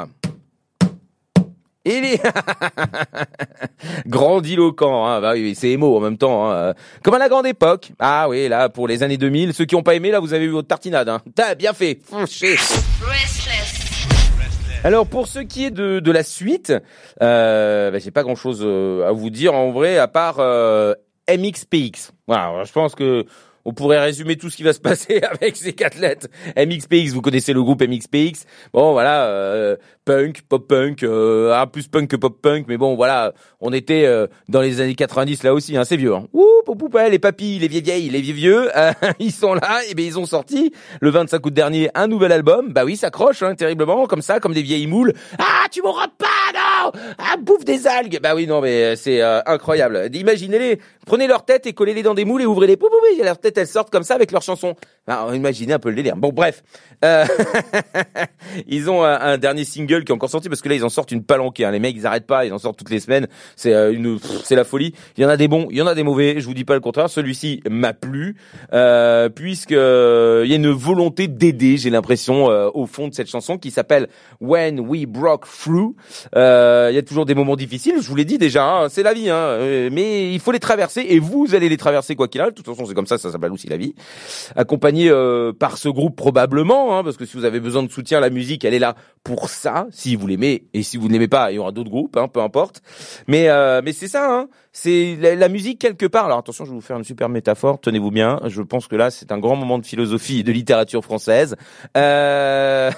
Il est grandiloquent, hein. Bah oui, c'est émo en même temps, hein. Comme à la grande époque. Ah oui, là, pour les années deux mille, ceux qui n'ont pas aimé, là, vous avez eu votre tartinade, hein. T'as bien fait. Alors, pour ce qui est de, de la suite, euh, bah, j'ai pas grand chose à vous dire, en vrai, à part, euh, M X P X. Voilà, je pense que on pourrait résumer tout ce qui va se passer avec ces quatre lettres. M X P X, vous connaissez le groupe M X P X. Bon, voilà, euh, punk, pop-punk, euh, un plus punk que pop-punk, mais bon, voilà, on était euh, dans les années quatre-vingt-dix là aussi, hein, c'est vieux. Hein. Ouh, pou, pou, pou, les papis, les vieilles vieilles, les vieux vieux, euh, ils sont là, et ben ils ont sorti le vingt-cinq août dernier un nouvel album. Bah oui, ça croche, hein, terriblement, comme ça, comme des vieilles moules. Ah, tu m'auras pas, non, ah, bouffe des algues. Bah oui, non, mais c'est euh, incroyable. Imaginez-les, prenez leur tête et collez-les dans des moules et ouvrez-les. Pou, pou, pou, leur tête, elles sortent comme ça avec leurs chansons. Alors, imaginez un peu le délire. Bon, bref, euh, ils ont un, un dernier single qui est encore sorti parce que là ils en sortent une palanquée. Hein. Les mecs ils arrêtent pas, ils en sortent toutes les semaines. C'est euh, une, pff, c'est la folie. Il y en a des bons, il y en a des mauvais. Je vous dis pas le contraire. Celui-ci m'a plu euh, puisque euh, il y a une volonté d'aider. J'ai l'impression euh, au fond de cette chanson qui s'appelle When We Broke Through. Euh, il y a toujours des moments difficiles. Je vous l'ai dit déjà. Hein, c'est la vie. Hein, mais il faut les traverser et vous allez les traverser quoi qu'il arrive. De toute façon c'est comme ça. Ça s'appelle aussi la vie. Accompagné euh, par ce groupe probablement, hein, parce que si vous avez besoin de soutien, la musique, elle est là pour ça. Si vous l'aimez et si vous ne l'aimez pas, il y aura d'autres groupes, hein, peu importe. Mais euh, mais c'est ça, hein, c'est la, la musique quelque part. Alors attention, je vais vous faire une super métaphore. Tenez-vous bien. Je pense que là, c'est un grand moment de philosophie et de littérature française. Euh...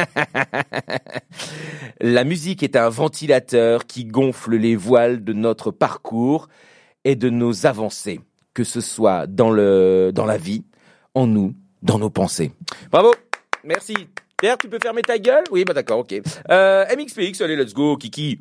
La musique est un ventilateur qui gonfle les voiles de notre parcours et de nos avancées, que ce soit dans le dans la vie, en nous, dans nos pensées. Bravo, merci. Pierre, tu peux fermer ta gueule? Oui, bah d'accord, ok. Euh, M X P X, allez, let's go, Kiki.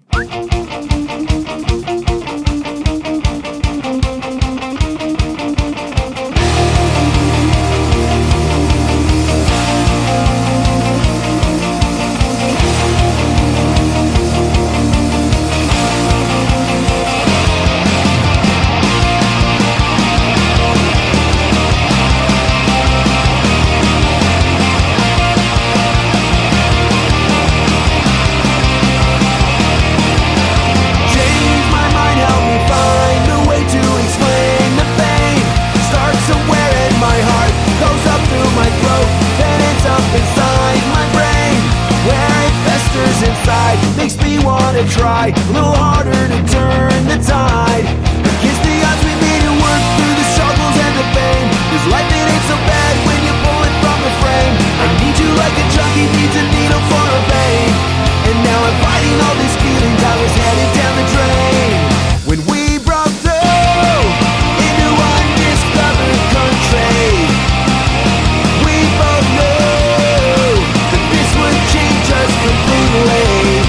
Makes me wanna try a little harder to turn the tide. Against the odds we need to work through the struggles and the pain. Cause life it ain't so bad when you pull it from the frame. I need you like a junkie needs a needle for a vein. And now I'm fighting all these feelings, I was headed down the drain. When we broke through into undiscovered country, we both knew that this would change us completely.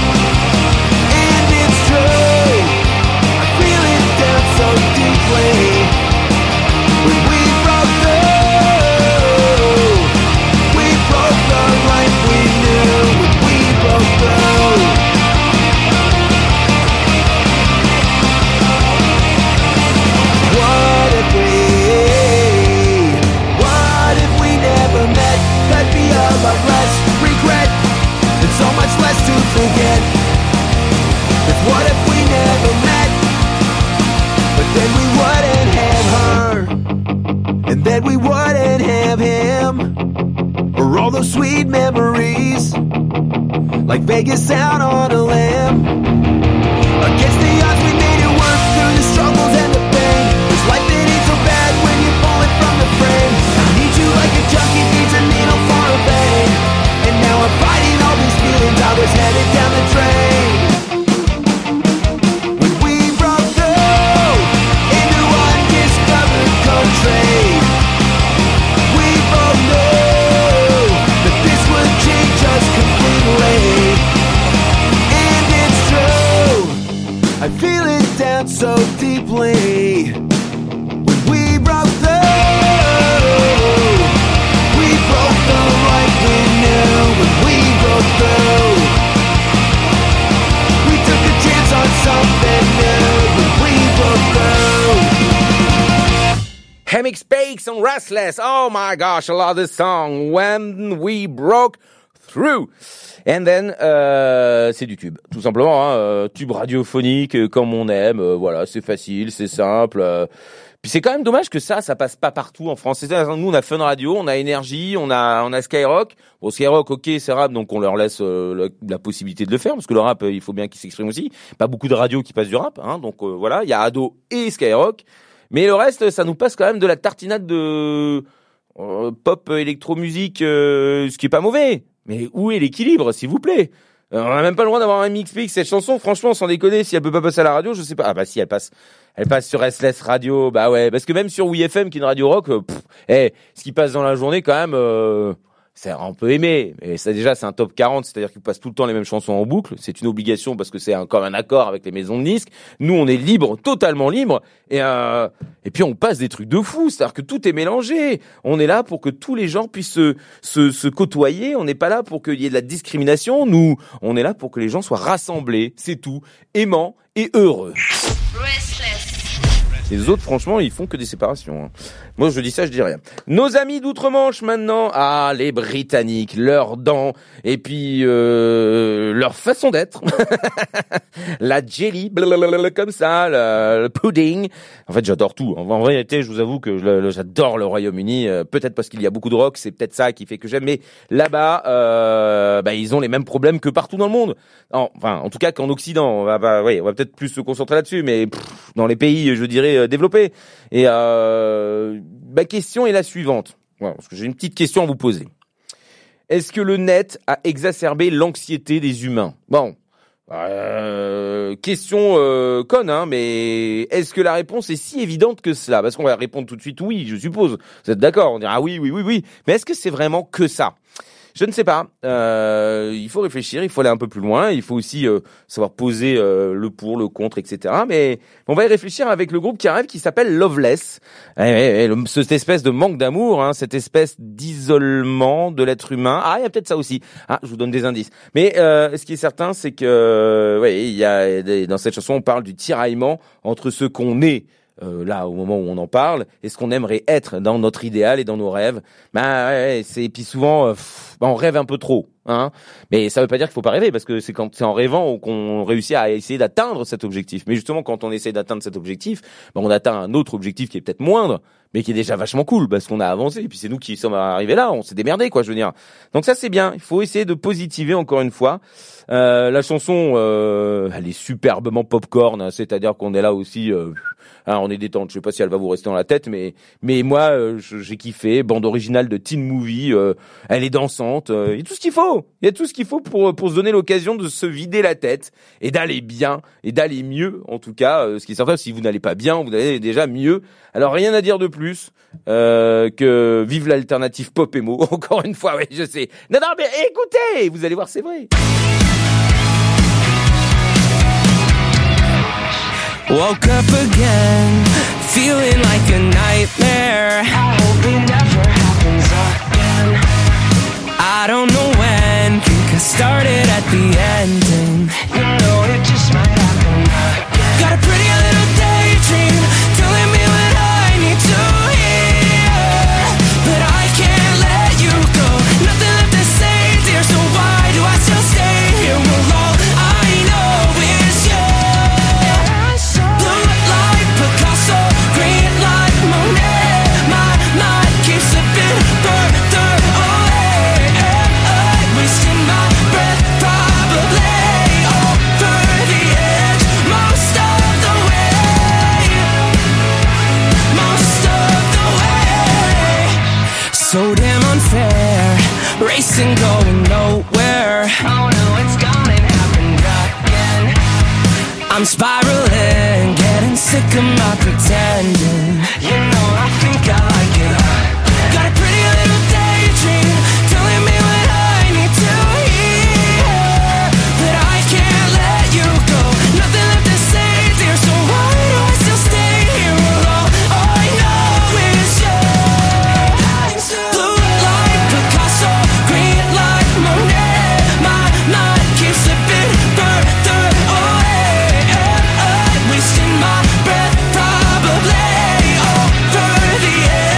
What if we never met? But then we wouldn't have her, and then we wouldn't have him, or all those sweet memories, like Vegas out on a limb. Against the odds we made it work through the struggles and the pain. Cause life it ain't so bad when you pull it from the frame. I need you like a junkie needs a needle for a vein. And now I'm fighting all these feelings, I was headed down the drain. I feel it down so deep Mix Bakes on Restless. Oh my gosh, I love this song. When we broke through. And then, euh, c'est du tube, tout simplement, hein, euh, tube radiophonique euh, comme on aime. Euh, voilà, c'est facile, c'est simple. Euh, Puis c'est quand même dommage que ça, ça passe pas partout en France. C'est ça, nous, on a Fun Radio, on a Énergie, on a, on a Skyrock. Bon, Skyrock, ok, c'est rap, donc on leur laisse euh, la, la possibilité de le faire, parce que le rap, euh, il faut bien qu'ils s'expriment aussi. Pas beaucoup de radios qui passent du rap, hein, donc euh, voilà, il y a Ado et Skyrock. Mais le reste, ça nous passe quand même de la tartinade de euh, pop électromusique, euh, ce qui est pas mauvais. Mais où est l'équilibre, s'il vous plaît? On n'a même pas le droit d'avoir un mix mix cette chanson. Franchement, sans déconner, si elle peut pas passer à la radio, je sais pas. Ah bah si, elle passe, elle passe sur Restless Radio. Bah ouais, parce que même sur W F M, qui est une radio rock, pff, eh, ce qui passe dans la journée quand même, euh, c'est on peut aimer. Mais ça déjà, c'est un top quarante, c'est-à-dire qu'il passe tout le temps les mêmes chansons en boucle. C'est une obligation parce que c'est un, comme un accord avec les maisons de disques. Nous, on est libre, totalement libre. Et euh, et puis on passe des trucs de fou, c'est-à-dire que tout est mélangé. On est là pour que tous les gens puissent se, se, se côtoyer. On n'est pas là pour qu'il y ait de la discrimination. Nous, on est là pour que les gens soient rassemblés, c'est tout, aimants et heureux. Les autres, franchement, ils font que des séparations. Hein. Moi, je dis ça, je dis rien. Nos amis d'outre-Manche, maintenant. Ah, les Britanniques, leurs dents, et puis euh, leur façon d'être. La jelly, blablabla, comme ça, le, le pudding. En fait, j'adore tout. En vérité, je vous avoue que je, j'adore le Royaume-Uni. Euh, peut-être parce qu'il y a beaucoup de rock, c'est peut-être ça qui fait que j'aime. Mais là-bas, euh, bah, ils ont les mêmes problèmes que partout dans le monde. Enfin, en tout cas, qu'en Occident. On va, bah, oui, on va peut-être plus se concentrer là-dessus, mais pff, dans les pays, je dirais, développé. Et euh, ma question est la suivante. Voilà, parce que j'ai une petite question à vous poser. Est-ce que le net a exacerbé l'anxiété des humains? Bon, euh, question euh, conne, hein, mais est-ce que la réponse est si évidente que cela? Parce qu'on va répondre tout de suite oui, je suppose. Vous êtes d'accord? On dira ah oui, oui, oui, oui. Mais est-ce que c'est vraiment que ça? Je ne sais pas. Euh, il faut réfléchir, il faut aller un peu plus loin. Il faut aussi euh, savoir poser euh, le pour, le contre, et cetera. Mais on va y réfléchir avec le groupe qui arrive, qui s'appelle Loveless. Et, et, et, le, cette espèce de manque d'amour, hein, cette espèce d'isolement de l'être humain. Ah, il y a peut-être ça aussi. Ah, je vous donne des indices. Mais euh, ce qui est certain, c'est que, ouais, il y a dans cette chanson, on parle du tiraillement entre ce qu'on est. Euh, là, au moment où on en parle, et ce qu'on aimerait être dans notre idéal et dans nos rêves. Bah, ouais, c'est puis souvent, euh, pff, bah, on rêve un peu trop, hein. Mais ça veut pas dire qu'il faut pas rêver, parce que c'est quand c'est en rêvant qu'on réussit à essayer d'atteindre cet objectif. Mais justement, quand on essaie d'atteindre cet objectif, bah, on atteint un autre objectif qui est peut-être moindre, mais qui est déjà vachement cool, parce qu'on a avancé. Et puis c'est nous qui sommes arrivés là, on s'est démerdé, quoi, je veux dire. Donc ça, c'est bien. Il faut essayer de positiver encore une fois. Euh, la chanson, euh, elle est superbement popcorn, hein, c'est-à-dire qu'on est là aussi. Euh, Hein, on est détente. Je sais pas si elle va vous rester dans la tête, mais mais moi euh, j'ai kiffé. Bande originale de teen movie. Euh, elle est dansante. Il euh, y a tout ce qu'il faut. Il y a tout ce qu'il faut pour pour se donner l'occasion de se vider la tête et d'aller bien et d'aller mieux. En tout cas, euh, ce qui est certain, si vous n'allez pas bien, vous allez déjà mieux. Alors rien à dire de plus euh, que vive l'alternative pop emo. Encore une fois, oui, je sais. Non, non, mais écoutez, vous allez voir, c'est vrai. Woke up again, feeling like a nightmare. I hope it never happens again. I don't know when, think I started at the ending. You know it just might happen again. Got a pretty little daydream, telling me what I need to hear. But I can't let you go, nothing left to say, dear. So why do I still stay here? Well, all I know is you. So damn unfair, racing going nowhere. Oh no, it's gonna happen again. I'm spiraling, getting sick of my pretending. You know I think I like it. Got a pretty little daydream, telling me what I need to hear. But I can't let you go, nothing left to say, dear. So why do I still stay here? Well, all I know is you. Blue like Picasso, green like Monet. My mind keeps slipping further away. Am I wasting my breath? Probably over the edge.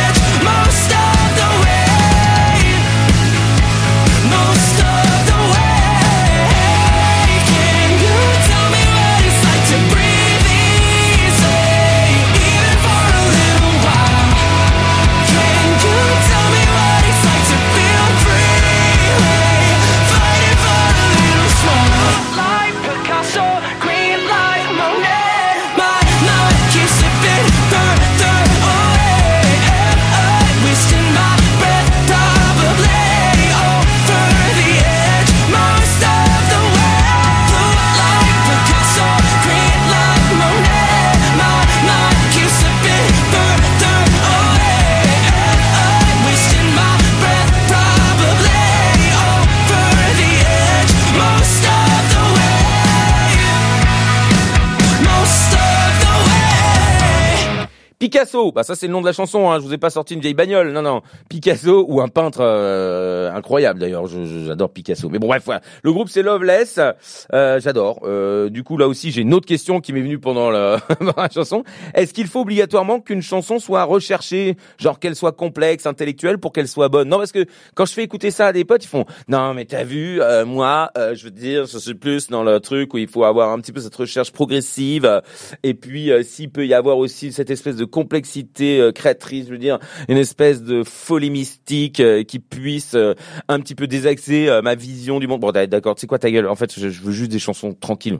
Picasso, bah ça c'est le nom de la chanson, hein. Je vous ai pas sorti une vieille bagnole, non non. Picasso ou un peintre euh, incroyable d'ailleurs, je, je, j'adore Picasso. Mais bon bref, voilà. Le groupe c'est Loveless, euh, j'adore. Euh, du coup là aussi j'ai une autre question qui m'est venue pendant la, la chanson. Est-ce qu'il faut obligatoirement qu'une chanson soit recherchée, genre qu'elle soit complexe, intellectuelle pour qu'elle soit bonne? Non, parce que quand je fais écouter ça à des potes, ils font non mais t'as vu, euh, moi euh, je veux dire, je suis plus dans le truc où il faut avoir un petit peu cette recherche progressive, euh, et puis euh, s'il peut y avoir aussi cette espèce de complexité euh, créatrice, je veux dire, une espèce de folie mystique euh, qui puisse euh, un petit peu désaxer euh, ma vision du monde. Bon d'accord, tu sais quoi, ta gueule, en fait je, je veux juste des chansons tranquilles.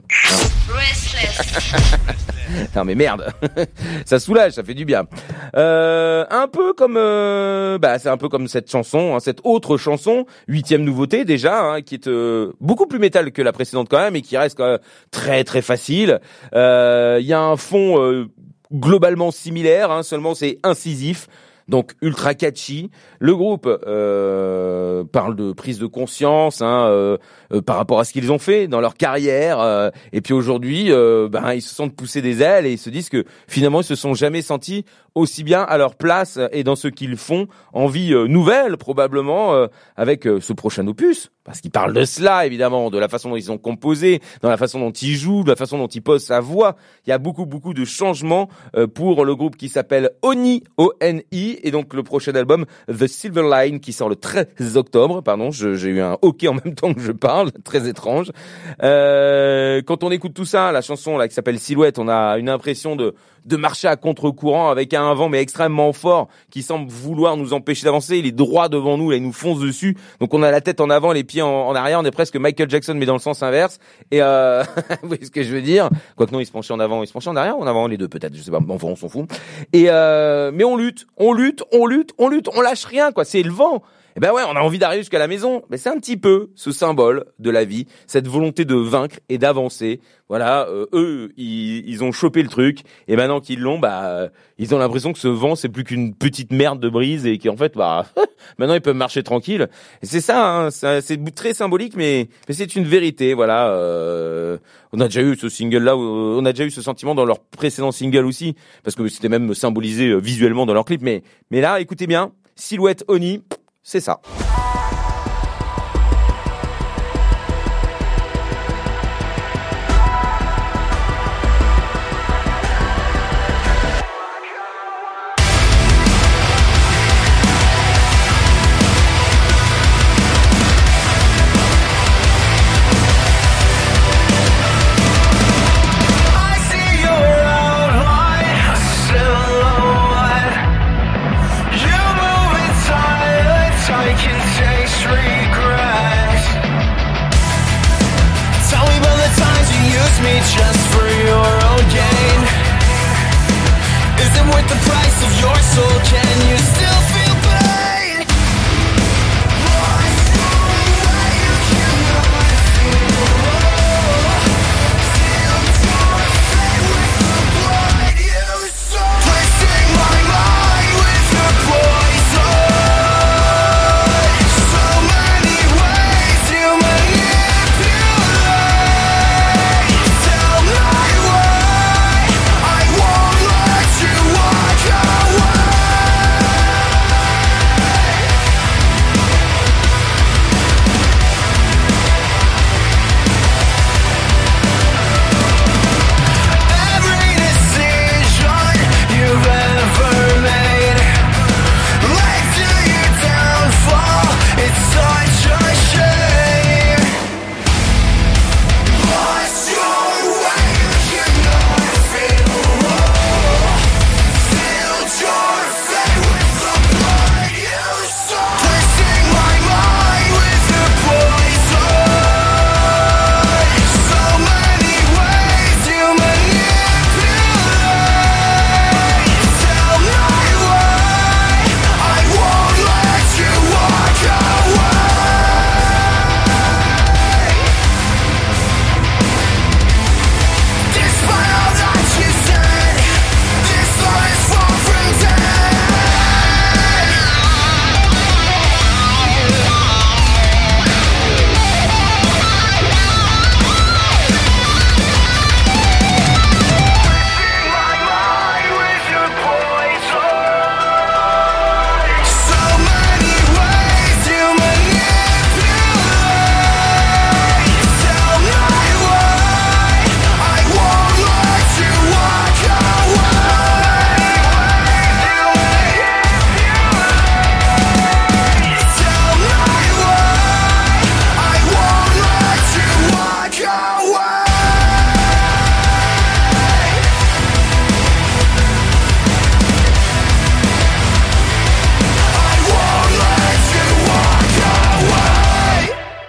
Non mais merde, ça soulage, ça fait du bien. Euh, un peu comme, euh, bah c'est un peu comme cette chanson, hein, cette autre chanson, huitième nouveauté déjà, hein, qui est euh, beaucoup plus métal que la précédente quand même, et qui reste quand même très très facile. Il euh, y a un fond euh, globalement similaire, hein, seulement c'est incisif. Donc ultra catchy. Le groupe euh, parle de prise de conscience, hein, euh, euh, par rapport à ce qu'ils ont fait dans leur carrière. Euh, et puis aujourd'hui, euh, ben ils se sentent pousser des ailes et ils se disent que finalement ils se sont jamais sentis aussi bien à leur place et dans ce qu'ils font, en vie euh, nouvelle probablement euh, avec euh, ce prochain opus. Parce qu'ils parlent de cela, évidemment, de la façon dont ils ont composé, dans la façon dont ils jouent, de la façon dont ils posent sa voix. Il y a beaucoup, beaucoup de changements euh, pour le groupe qui s'appelle Oni, O N I, et donc le prochain album, The Silver Line, qui sort le treize octobre. Pardon, je, j'ai eu un hockey en même temps que je parle, très étrange. Euh, quand on écoute tout ça, la chanson là qui s'appelle Silhouette, on a une impression de de marcher à contre-courant avec un vent mais extrêmement fort qui semble vouloir nous empêcher d'avancer. Il est droit devant nous, là, il nous fonce dessus. Donc on a la tête en avant, les pieds en, en arrière. On est presque Michael Jackson mais dans le sens inverse. Et euh, vous voyez ce que je veux dire? Quoique non, il se penchait en avant, il se penchait en arrière ou en avant, les deux peut-être, je sais pas. Enfin, on s'en fout. Et euh, mais on lutte, on lutte, on lutte, on lutte, on lâche rien quoi. C'est le vent. Eh ben ouais, on a envie d'arriver jusqu'à la maison. Mais c'est un petit peu ce symbole de la vie, cette volonté de vaincre et d'avancer. Voilà, euh, eux, ils, ils ont chopé le truc. Et maintenant qu'ils l'ont, bah, euh, ils ont l'impression que ce vent, c'est plus qu'une petite merde de brise et qu'en fait, bah, maintenant ils peuvent marcher tranquille. Et c'est ça, hein, c'est, c'est très symbolique, mais, mais c'est une vérité. Voilà, euh, on a déjà eu ce single-là, on a déjà eu ce sentiment dans leur précédent single aussi, parce que c'était même symbolisé visuellement dans leur clip. Mais, mais là, écoutez bien, Silhouette Oni. C'est ça.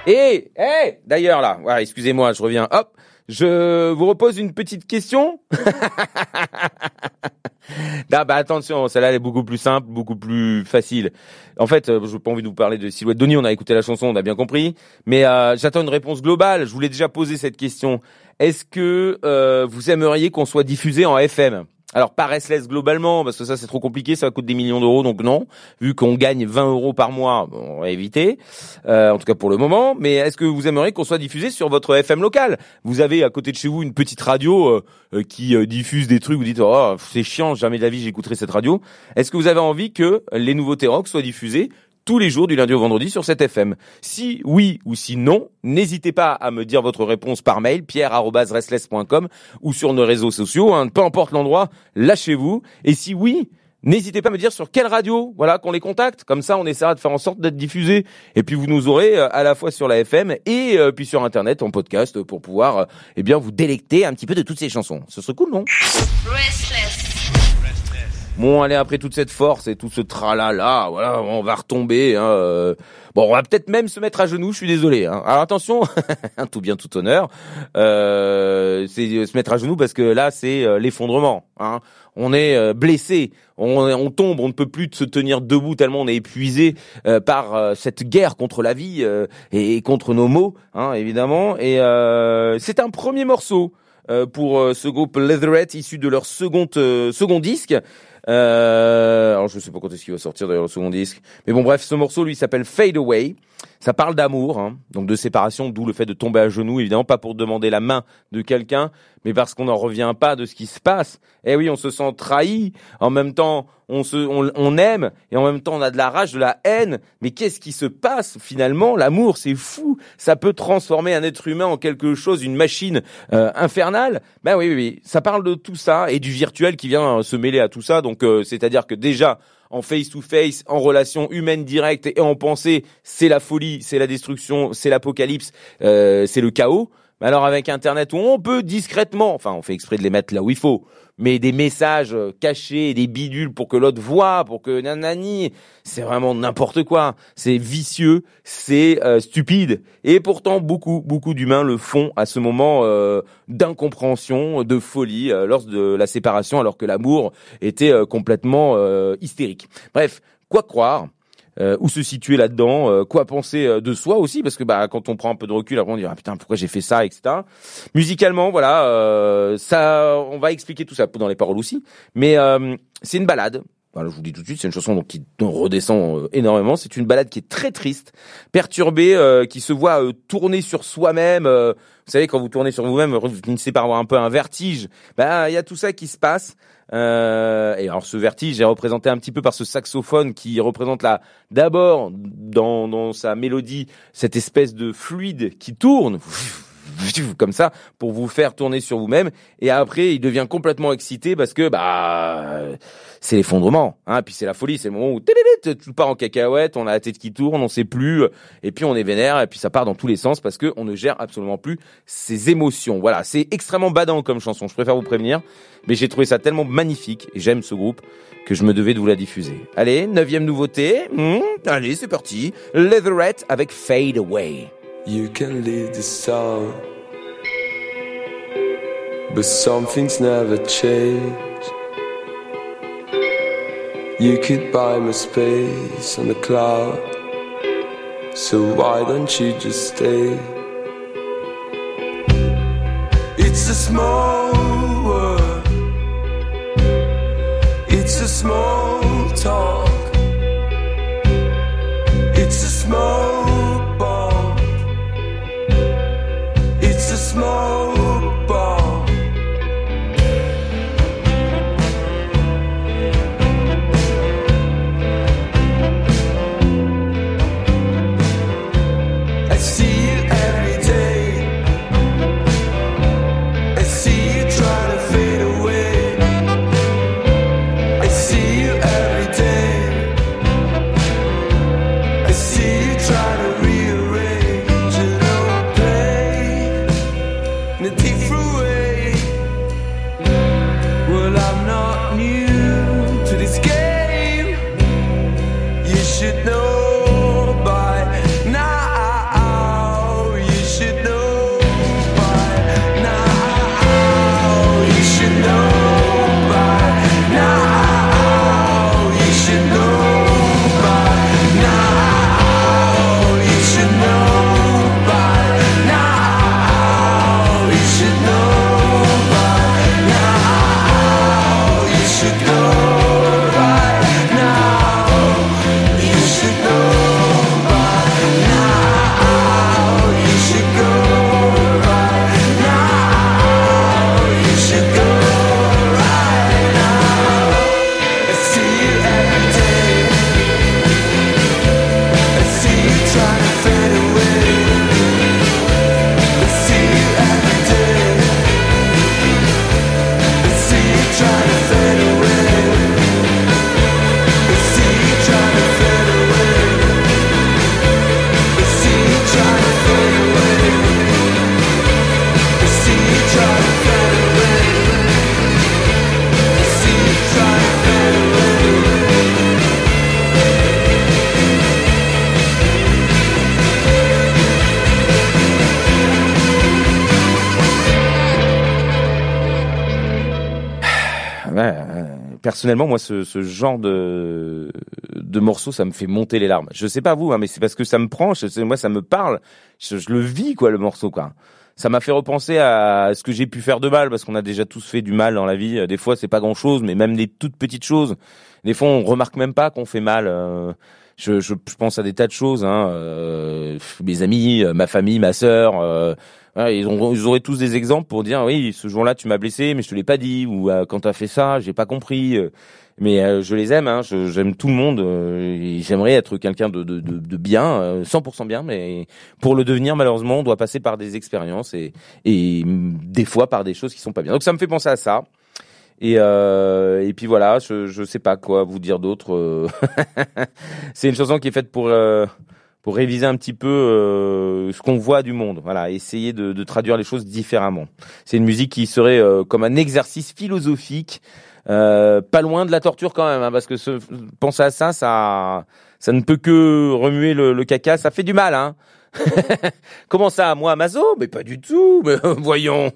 Et, hey, d'ailleurs là, ouais, excusez-moi, je reviens, hop, je vous repose une petite question. Ah bah attention, celle-là elle est beaucoup plus simple, beaucoup plus facile. En fait, euh, je n'ai pas envie de vous parler de Silhouette Donny, on a écouté la chanson, on a bien compris. Mais euh, j'attends une réponse globale, je voulais déjà poser cette question. Est-ce que euh, vous aimeriez qu'on soit diffusé en F M ? Alors pas Restless globalement, parce que ça c'est trop compliqué, ça va coûter des millions d'euros, donc non. Vu qu'on gagne vingt euros par mois, bon, on va éviter, euh, en tout cas pour le moment. Mais est-ce que vous aimeriez qu'on soit diffusé sur votre F M local ? Vous avez à côté de chez vous une petite radio euh, euh, qui euh, diffuse des trucs, vous dites « Oh, c'est chiant, jamais de la vie j'écouterai cette radio ». Est-ce que vous avez envie que les nouveautés rock soient diffusées tous les jours du lundi au vendredi sur cette F M? Si oui ou si non, n'hésitez pas à me dire votre réponse par mail, pierre arobase restless point com ou sur nos réseaux sociaux, hein, peu importe l'endroit, lâchez-vous. Et si oui, n'hésitez pas à me dire sur quelle radio, voilà, qu'on les contacte. Comme ça, on essaiera de faire en sorte d'être diffusé. Et puis vous nous aurez euh, à la fois sur la F M et euh, puis sur Internet en podcast pour pouvoir, euh, eh bien, vous délecter un petit peu de toutes ces chansons. Ce serait cool, non? Restless. Bon, allez, après toute cette force et tout ce tralala, voilà, on va retomber. Hein, euh... Bon, on va peut-être même se mettre à genoux, je suis désolé. Hein. Alors attention, tout bien, tout honneur, euh, c'est se mettre à genoux parce que là, c'est euh, l'effondrement. Hein. On est euh, blessé, on, on tombe, on ne peut plus se tenir debout tellement on est épuisé euh, par euh, cette guerre contre la vie euh, et, et contre nos maux, hein, évidemment. Et euh, c'est un premier morceau euh, pour euh, ce groupe Leatherette, issu de leur second, euh, second disque. Euh, alors je sais pas quand est-ce qu'il va sortir d'ailleurs le second disque, mais bon bref, ce morceau lui s'appelle Fade Away. Ça parle d'amour, hein, donc de séparation, d'où le fait de tomber à genoux, évidemment pas pour demander la main de quelqu'un, mais parce qu'on n'en revient pas de ce qui se passe. Eh oui, on se sent trahi, en même temps on se, on, on aime, et en même temps on a de la rage, de la haine. Mais qu'est-ce qui se passe finalement? L'amour, c'est fou, ça peut transformer un être humain en quelque chose, une machine euh, infernale. Ben oui, oui, oui, ça parle de tout ça et du virtuel qui vient euh, se mêler à tout ça. Donc euh, c'est-à-dire que déjà en face-to-face, en relation humaine directe et en pensée, c'est la folie, c'est la destruction, c'est l'apocalypse, euh, c'est le chaos. Mais alors avec Internet, où on peut discrètement, enfin on fait exprès de les mettre là où il faut, mais des messages cachés, des bidules pour que l'autre voit, pour que nanani, c'est vraiment n'importe quoi. C'est vicieux, c'est euh, stupide. Et pourtant, beaucoup, beaucoup d'humains le font à ce moment euh, d'incompréhension, de folie, euh, lors de la séparation, alors que l'amour était euh, complètement euh, hystérique. Bref, quoi croire Euh, où se situer là-dedans, euh, quoi penser euh, de soi aussi, parce que bah quand on prend un peu de recul, après on dit ah putain pourquoi j'ai fait ça, et cetera. Musicalement, voilà, euh, ça, on va expliquer tout ça dans les paroles aussi, mais euh, c'est une balade. Voilà, je vous dis tout de suite, c'est une chanson donc qui redescend euh, énormément. C'est une balade qui est très triste, perturbée, euh, qui se voit euh, tourner sur soi-même. Euh, vous savez, quand vous tournez sur vous-même, vous finissez par avoir un peu un vertige. Bah, il y a tout ça qui se passe. Euh, et alors, ce vertige est représenté un petit peu par ce saxophone qui représente la, d'abord dans dans sa mélodie cette espèce de fluide qui tourne comme ça pour vous faire tourner sur vous-même, et après il devient complètement excité parce que bah c'est l'effondrement, hein, puis c'est la folie, c'est le moment où tout part en cacahuète, on a la tête qui tourne, on sait plus, et puis on est vénère, et puis ça part dans tous les sens parce que on ne gère absolument plus ses émotions. Voilà, c'est extrêmement badant comme chanson, je préfère vous prévenir, mais j'ai trouvé ça tellement magnifique et j'aime ce groupe que je me devais de vous la diffuser. Allez, neuvième nouveauté, mmh, allez c'est parti, Leatherette avec Fade Away. You can lead the song, but some things never change. You could buy my space on the cloud, so why don't you just stay? It's a small world, it's a small talk, it's a small bomb, it's a small bomb. I see you every day, I see you trying to fade away, I see you every day, I see you trying personnellement, moi, ce, ce genre de, de morceau, ça me fait monter les larmes. Je sais pas vous, hein, mais c'est parce que ça me prend. Je, moi, ça me parle. Je, je le vis, quoi, le morceau, quoi. Ça m'a fait repenser à ce que j'ai pu faire de mal, parce qu'on a déjà tous fait du mal dans la vie. Des fois, c'est pas grand-chose, mais même des toutes petites choses. Des fois, on remarque même pas qu'on fait mal. Euh, je, je, je pense à des tas de choses. Hein, euh, mes amis, ma famille, ma sœur. Euh, ouais, ils, ont, ils auraient tous des exemples pour dire oui, ce jour-là, tu m'as blessé, mais je te l'ai pas dit. Ou euh, quand t'as fait ça, j'ai pas compris. Euh, mais euh, je les aime. Hein, je, j'aime tout le monde. Euh, j'aimerais être quelqu'un de, de, de, de bien, euh, cent pour cent bien. Mais pour le devenir, malheureusement, on doit passer par des expériences et, et des fois par des choses qui sont pas bien. Donc ça me fait penser à ça. Et, euh, et puis voilà, je, je sais pas quoi vous dire d'autre. C'est une chanson qui est faite pour euh, pour réviser un petit peu euh, ce qu'on voit du monde. Voilà, essayer de, de traduire les choses différemment. C'est une musique qui serait euh, comme un exercice philosophique. Euh, pas loin de la torture quand même, hein, parce que ce, penser à ça, ça, ça ne peut que remuer le, le caca. Ça fait du mal, hein. Comment ça, moi, Mazo? Mais pas du tout. Mais voyons.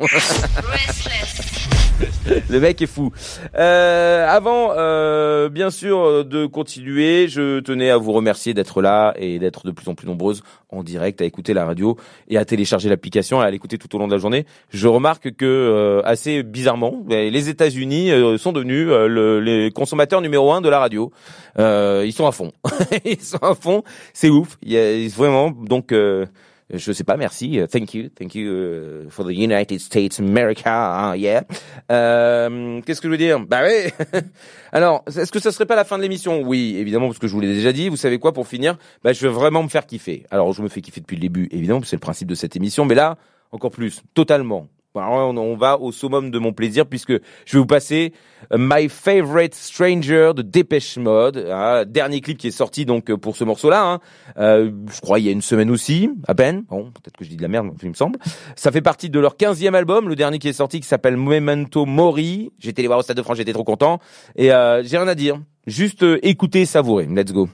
Le mec est fou. Euh, avant, euh, bien sûr, de continuer, je tenais à vous remercier d'être là et d'être de plus en plus nombreuses en direct à écouter la radio et à télécharger l'application et à l'écouter tout au long de la journée. Je remarque que, euh, assez bizarrement, les États-Unis euh, sont devenus euh, le, les consommateurs numéro un de la radio. Euh, ils sont à fond. Ils sont à fond. C'est ouf. Il y a vraiment, donc, euh, je sais pas, merci. Thank you. Thank you uh, for the United States America. Uh, yeah. Euh, qu'est-ce que je veux dire? Bah oui. Alors, est-ce que ça serait pas la fin de l'émission? Oui, évidemment, parce que je vous l'ai déjà dit. Vous savez quoi, pour finir? Bah, je vais vraiment me faire kiffer. Alors, je me fais kiffer depuis le début, évidemment, parce que c'est le principe de cette émission. Mais là, encore plus, totalement. Alors, on va au summum de mon plaisir puisque je vais vous passer My Favorite Stranger de Depeche Mode, hein, dernier clip qui est sorti donc pour ce morceau-là. Hein. Euh, je crois il y a une semaine aussi, à peine. Bon, peut-être que je dis de la merde, il me semble. Ça fait partie de leur quinzième album, le dernier qui est sorti qui s'appelle Memento Mori. J'étais les voir au Stade de France, j'étais trop content et euh, j'ai rien à dire. Juste euh, écouter, savourer. Let's go.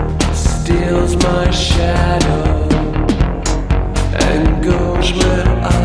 My shadow and goes where I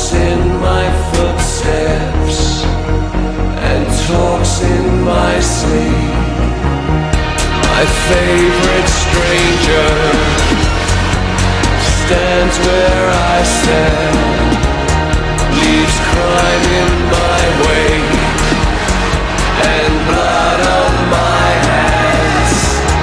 walks in my footsteps and talks in my sleep. My favorite stranger stands where I stand, leaves crime in my wake and blood on my hands.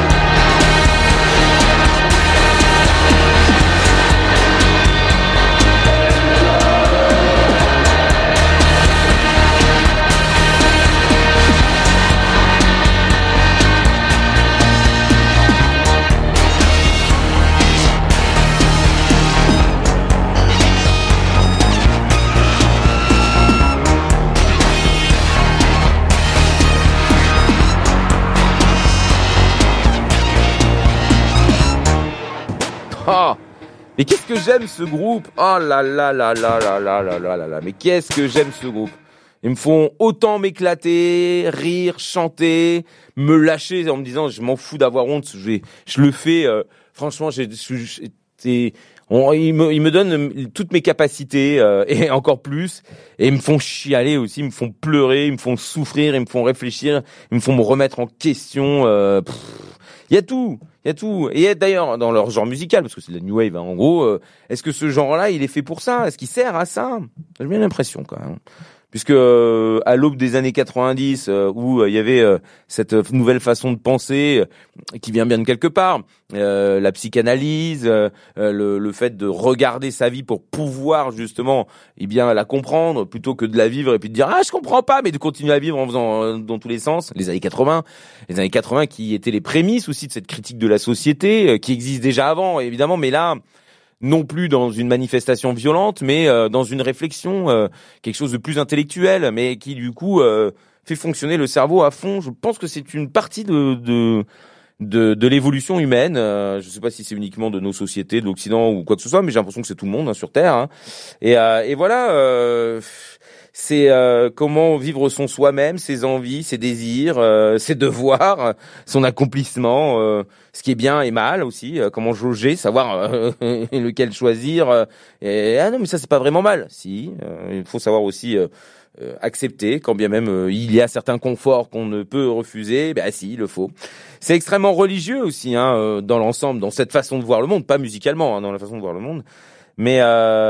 Oh, mais qu'est-ce que j'aime ce groupe. Oh là là là là là là là là là là. Mais qu'est-ce que j'aime ce groupe. Ils me font autant m'éclater, rire, chanter, me lâcher en me disant je m'en fous d'avoir honte. Je, je le fais. Euh, franchement, j'ai, j'ai, on, ils me, ils me donnent toutes mes capacités euh, et encore plus. Et ils me font chialer aussi, ils me font pleurer, ils me font souffrir, ils me font réfléchir, ils me font me remettre en question. Euh, Il y a tout, il y a tout. Et d'ailleurs, dans leur genre musical, parce que c'est de la new wave, hein, en gros, euh, est-ce que ce genre-là, il est fait pour ça? Est-ce qu'il sert à ça? J'ai bien l'impression, quand même. Puisque euh, à l'aube des années quatre-vingt-dix, euh, où il euh, y avait euh, cette nouvelle façon de penser euh, qui vient bien de quelque part, euh, la psychanalyse, euh, le, le fait de regarder sa vie pour pouvoir justement, eh bien, la comprendre plutôt que de la vivre et puis de dire ah je comprends pas, mais de continuer à vivre en faisant euh, dans tous les sens. Les années quatre-vingts, les années quatre-vingts qui étaient les prémices aussi de cette critique de la société euh, qui existe déjà avant évidemment, mais là. Non plus dans une manifestation violente, mais euh, dans une réflexion, euh, quelque chose de plus intellectuel, mais qui du coup euh, fait fonctionner le cerveau à fond. Je pense que c'est une partie de de de, de l'évolution humaine. Euh, je ne sais pas si c'est uniquement de nos sociétés, de l'Occident ou quoi que ce soit, mais j'ai l'impression que c'est tout le monde hein, sur Terre. Hein. Et, euh, et voilà. Euh, C'est euh, comment vivre son soi-même, ses envies, ses désirs, euh, ses devoirs, son accomplissement, euh, ce qui est bien et mal aussi, euh, comment jauger, savoir euh, lequel choisir. Euh, et, ah non, mais ça c'est pas vraiment mal. Si, euh, il faut savoir aussi euh, euh, accepter, quand bien même euh, il y a certains conforts qu'on ne peut refuser. Ben si, il le faut. C'est extrêmement religieux aussi, hein, euh, dans l'ensemble, dans cette façon de voir le monde, pas musicalement, hein, dans la façon de voir le monde. Mais,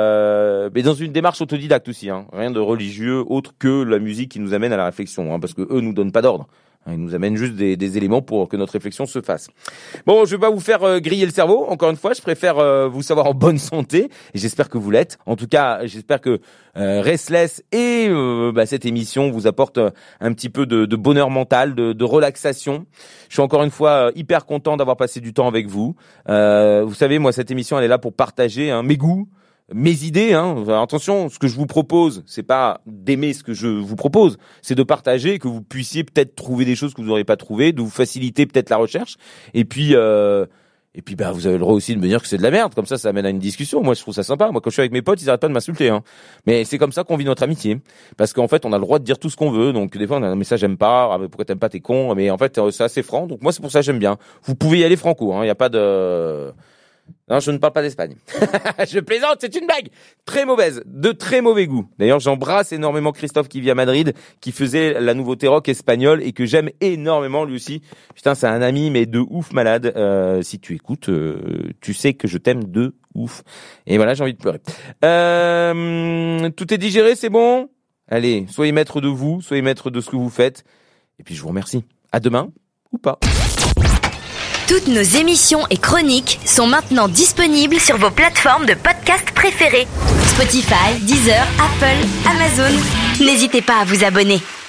euh, mais dans une démarche autodidacte aussi, hein. Rien de religieux autre que la musique qui nous amène à la réflexion, hein, parce que eux nous donnent pas d'ordre. Ils nous amènent juste des, des éléments pour que notre réflexion se fasse. Bon, je vais pas vous faire euh, griller le cerveau. Encore une fois, je préfère euh, vous savoir en bonne santé. Et j'espère que vous l'êtes. En tout cas, j'espère que euh, Restless et euh, bah, cette émission vous apportent un petit peu de, de bonheur mental, de, de relaxation. Je suis encore une fois euh, hyper content d'avoir passé du temps avec vous. Euh, vous savez, moi, cette émission, elle est là pour partager hein, mes goûts, mes idées, hein. Enfin, attention, ce que je vous propose, c'est pas d'aimer ce que je vous propose, c'est de partager, que vous puissiez peut-être trouver des choses que vous n'aurez pas trouvées, de vous faciliter peut-être la recherche, et puis euh, et puis bah vous avez le droit aussi de me dire que c'est de la merde, comme ça ça amène à une discussion. Moi je trouve ça sympa. Moi quand je suis avec mes potes, ils arrêtent pas de m'insulter, hein. Mais c'est comme ça qu'on vit notre amitié, parce qu'en fait on a le droit de dire tout ce qu'on veut. Donc des fois on a un message j'aime pas, ah, mais pourquoi t'aimes pas, t'es con. Mais en fait c'est assez franc. Donc moi c'est pour ça que j'aime bien. Vous pouvez y aller franco, hein. Il y a pas de Non, je ne parle pas d'Espagne. Je plaisante, c'est une blague. Très mauvaise, de très mauvais goût. D'ailleurs, j'embrasse énormément Christophe qui vit à Madrid, qui faisait la nouveauté rock espagnole et que j'aime énormément lui aussi. Putain, c'est un ami, mais de ouf malade. Euh, si tu écoutes, euh, tu sais que je t'aime de ouf. Et voilà, j'ai envie de pleurer. Euh, tout est digéré, c'est bon? Allez, soyez maître de vous, soyez maître de ce que vous faites. Et puis, je vous remercie. À demain, ou pas. Toutes nos émissions et chroniques sont maintenant disponibles sur vos plateformes de podcast préférées. Spotify, Deezer, Apple, Amazon. N'hésitez pas à vous abonner.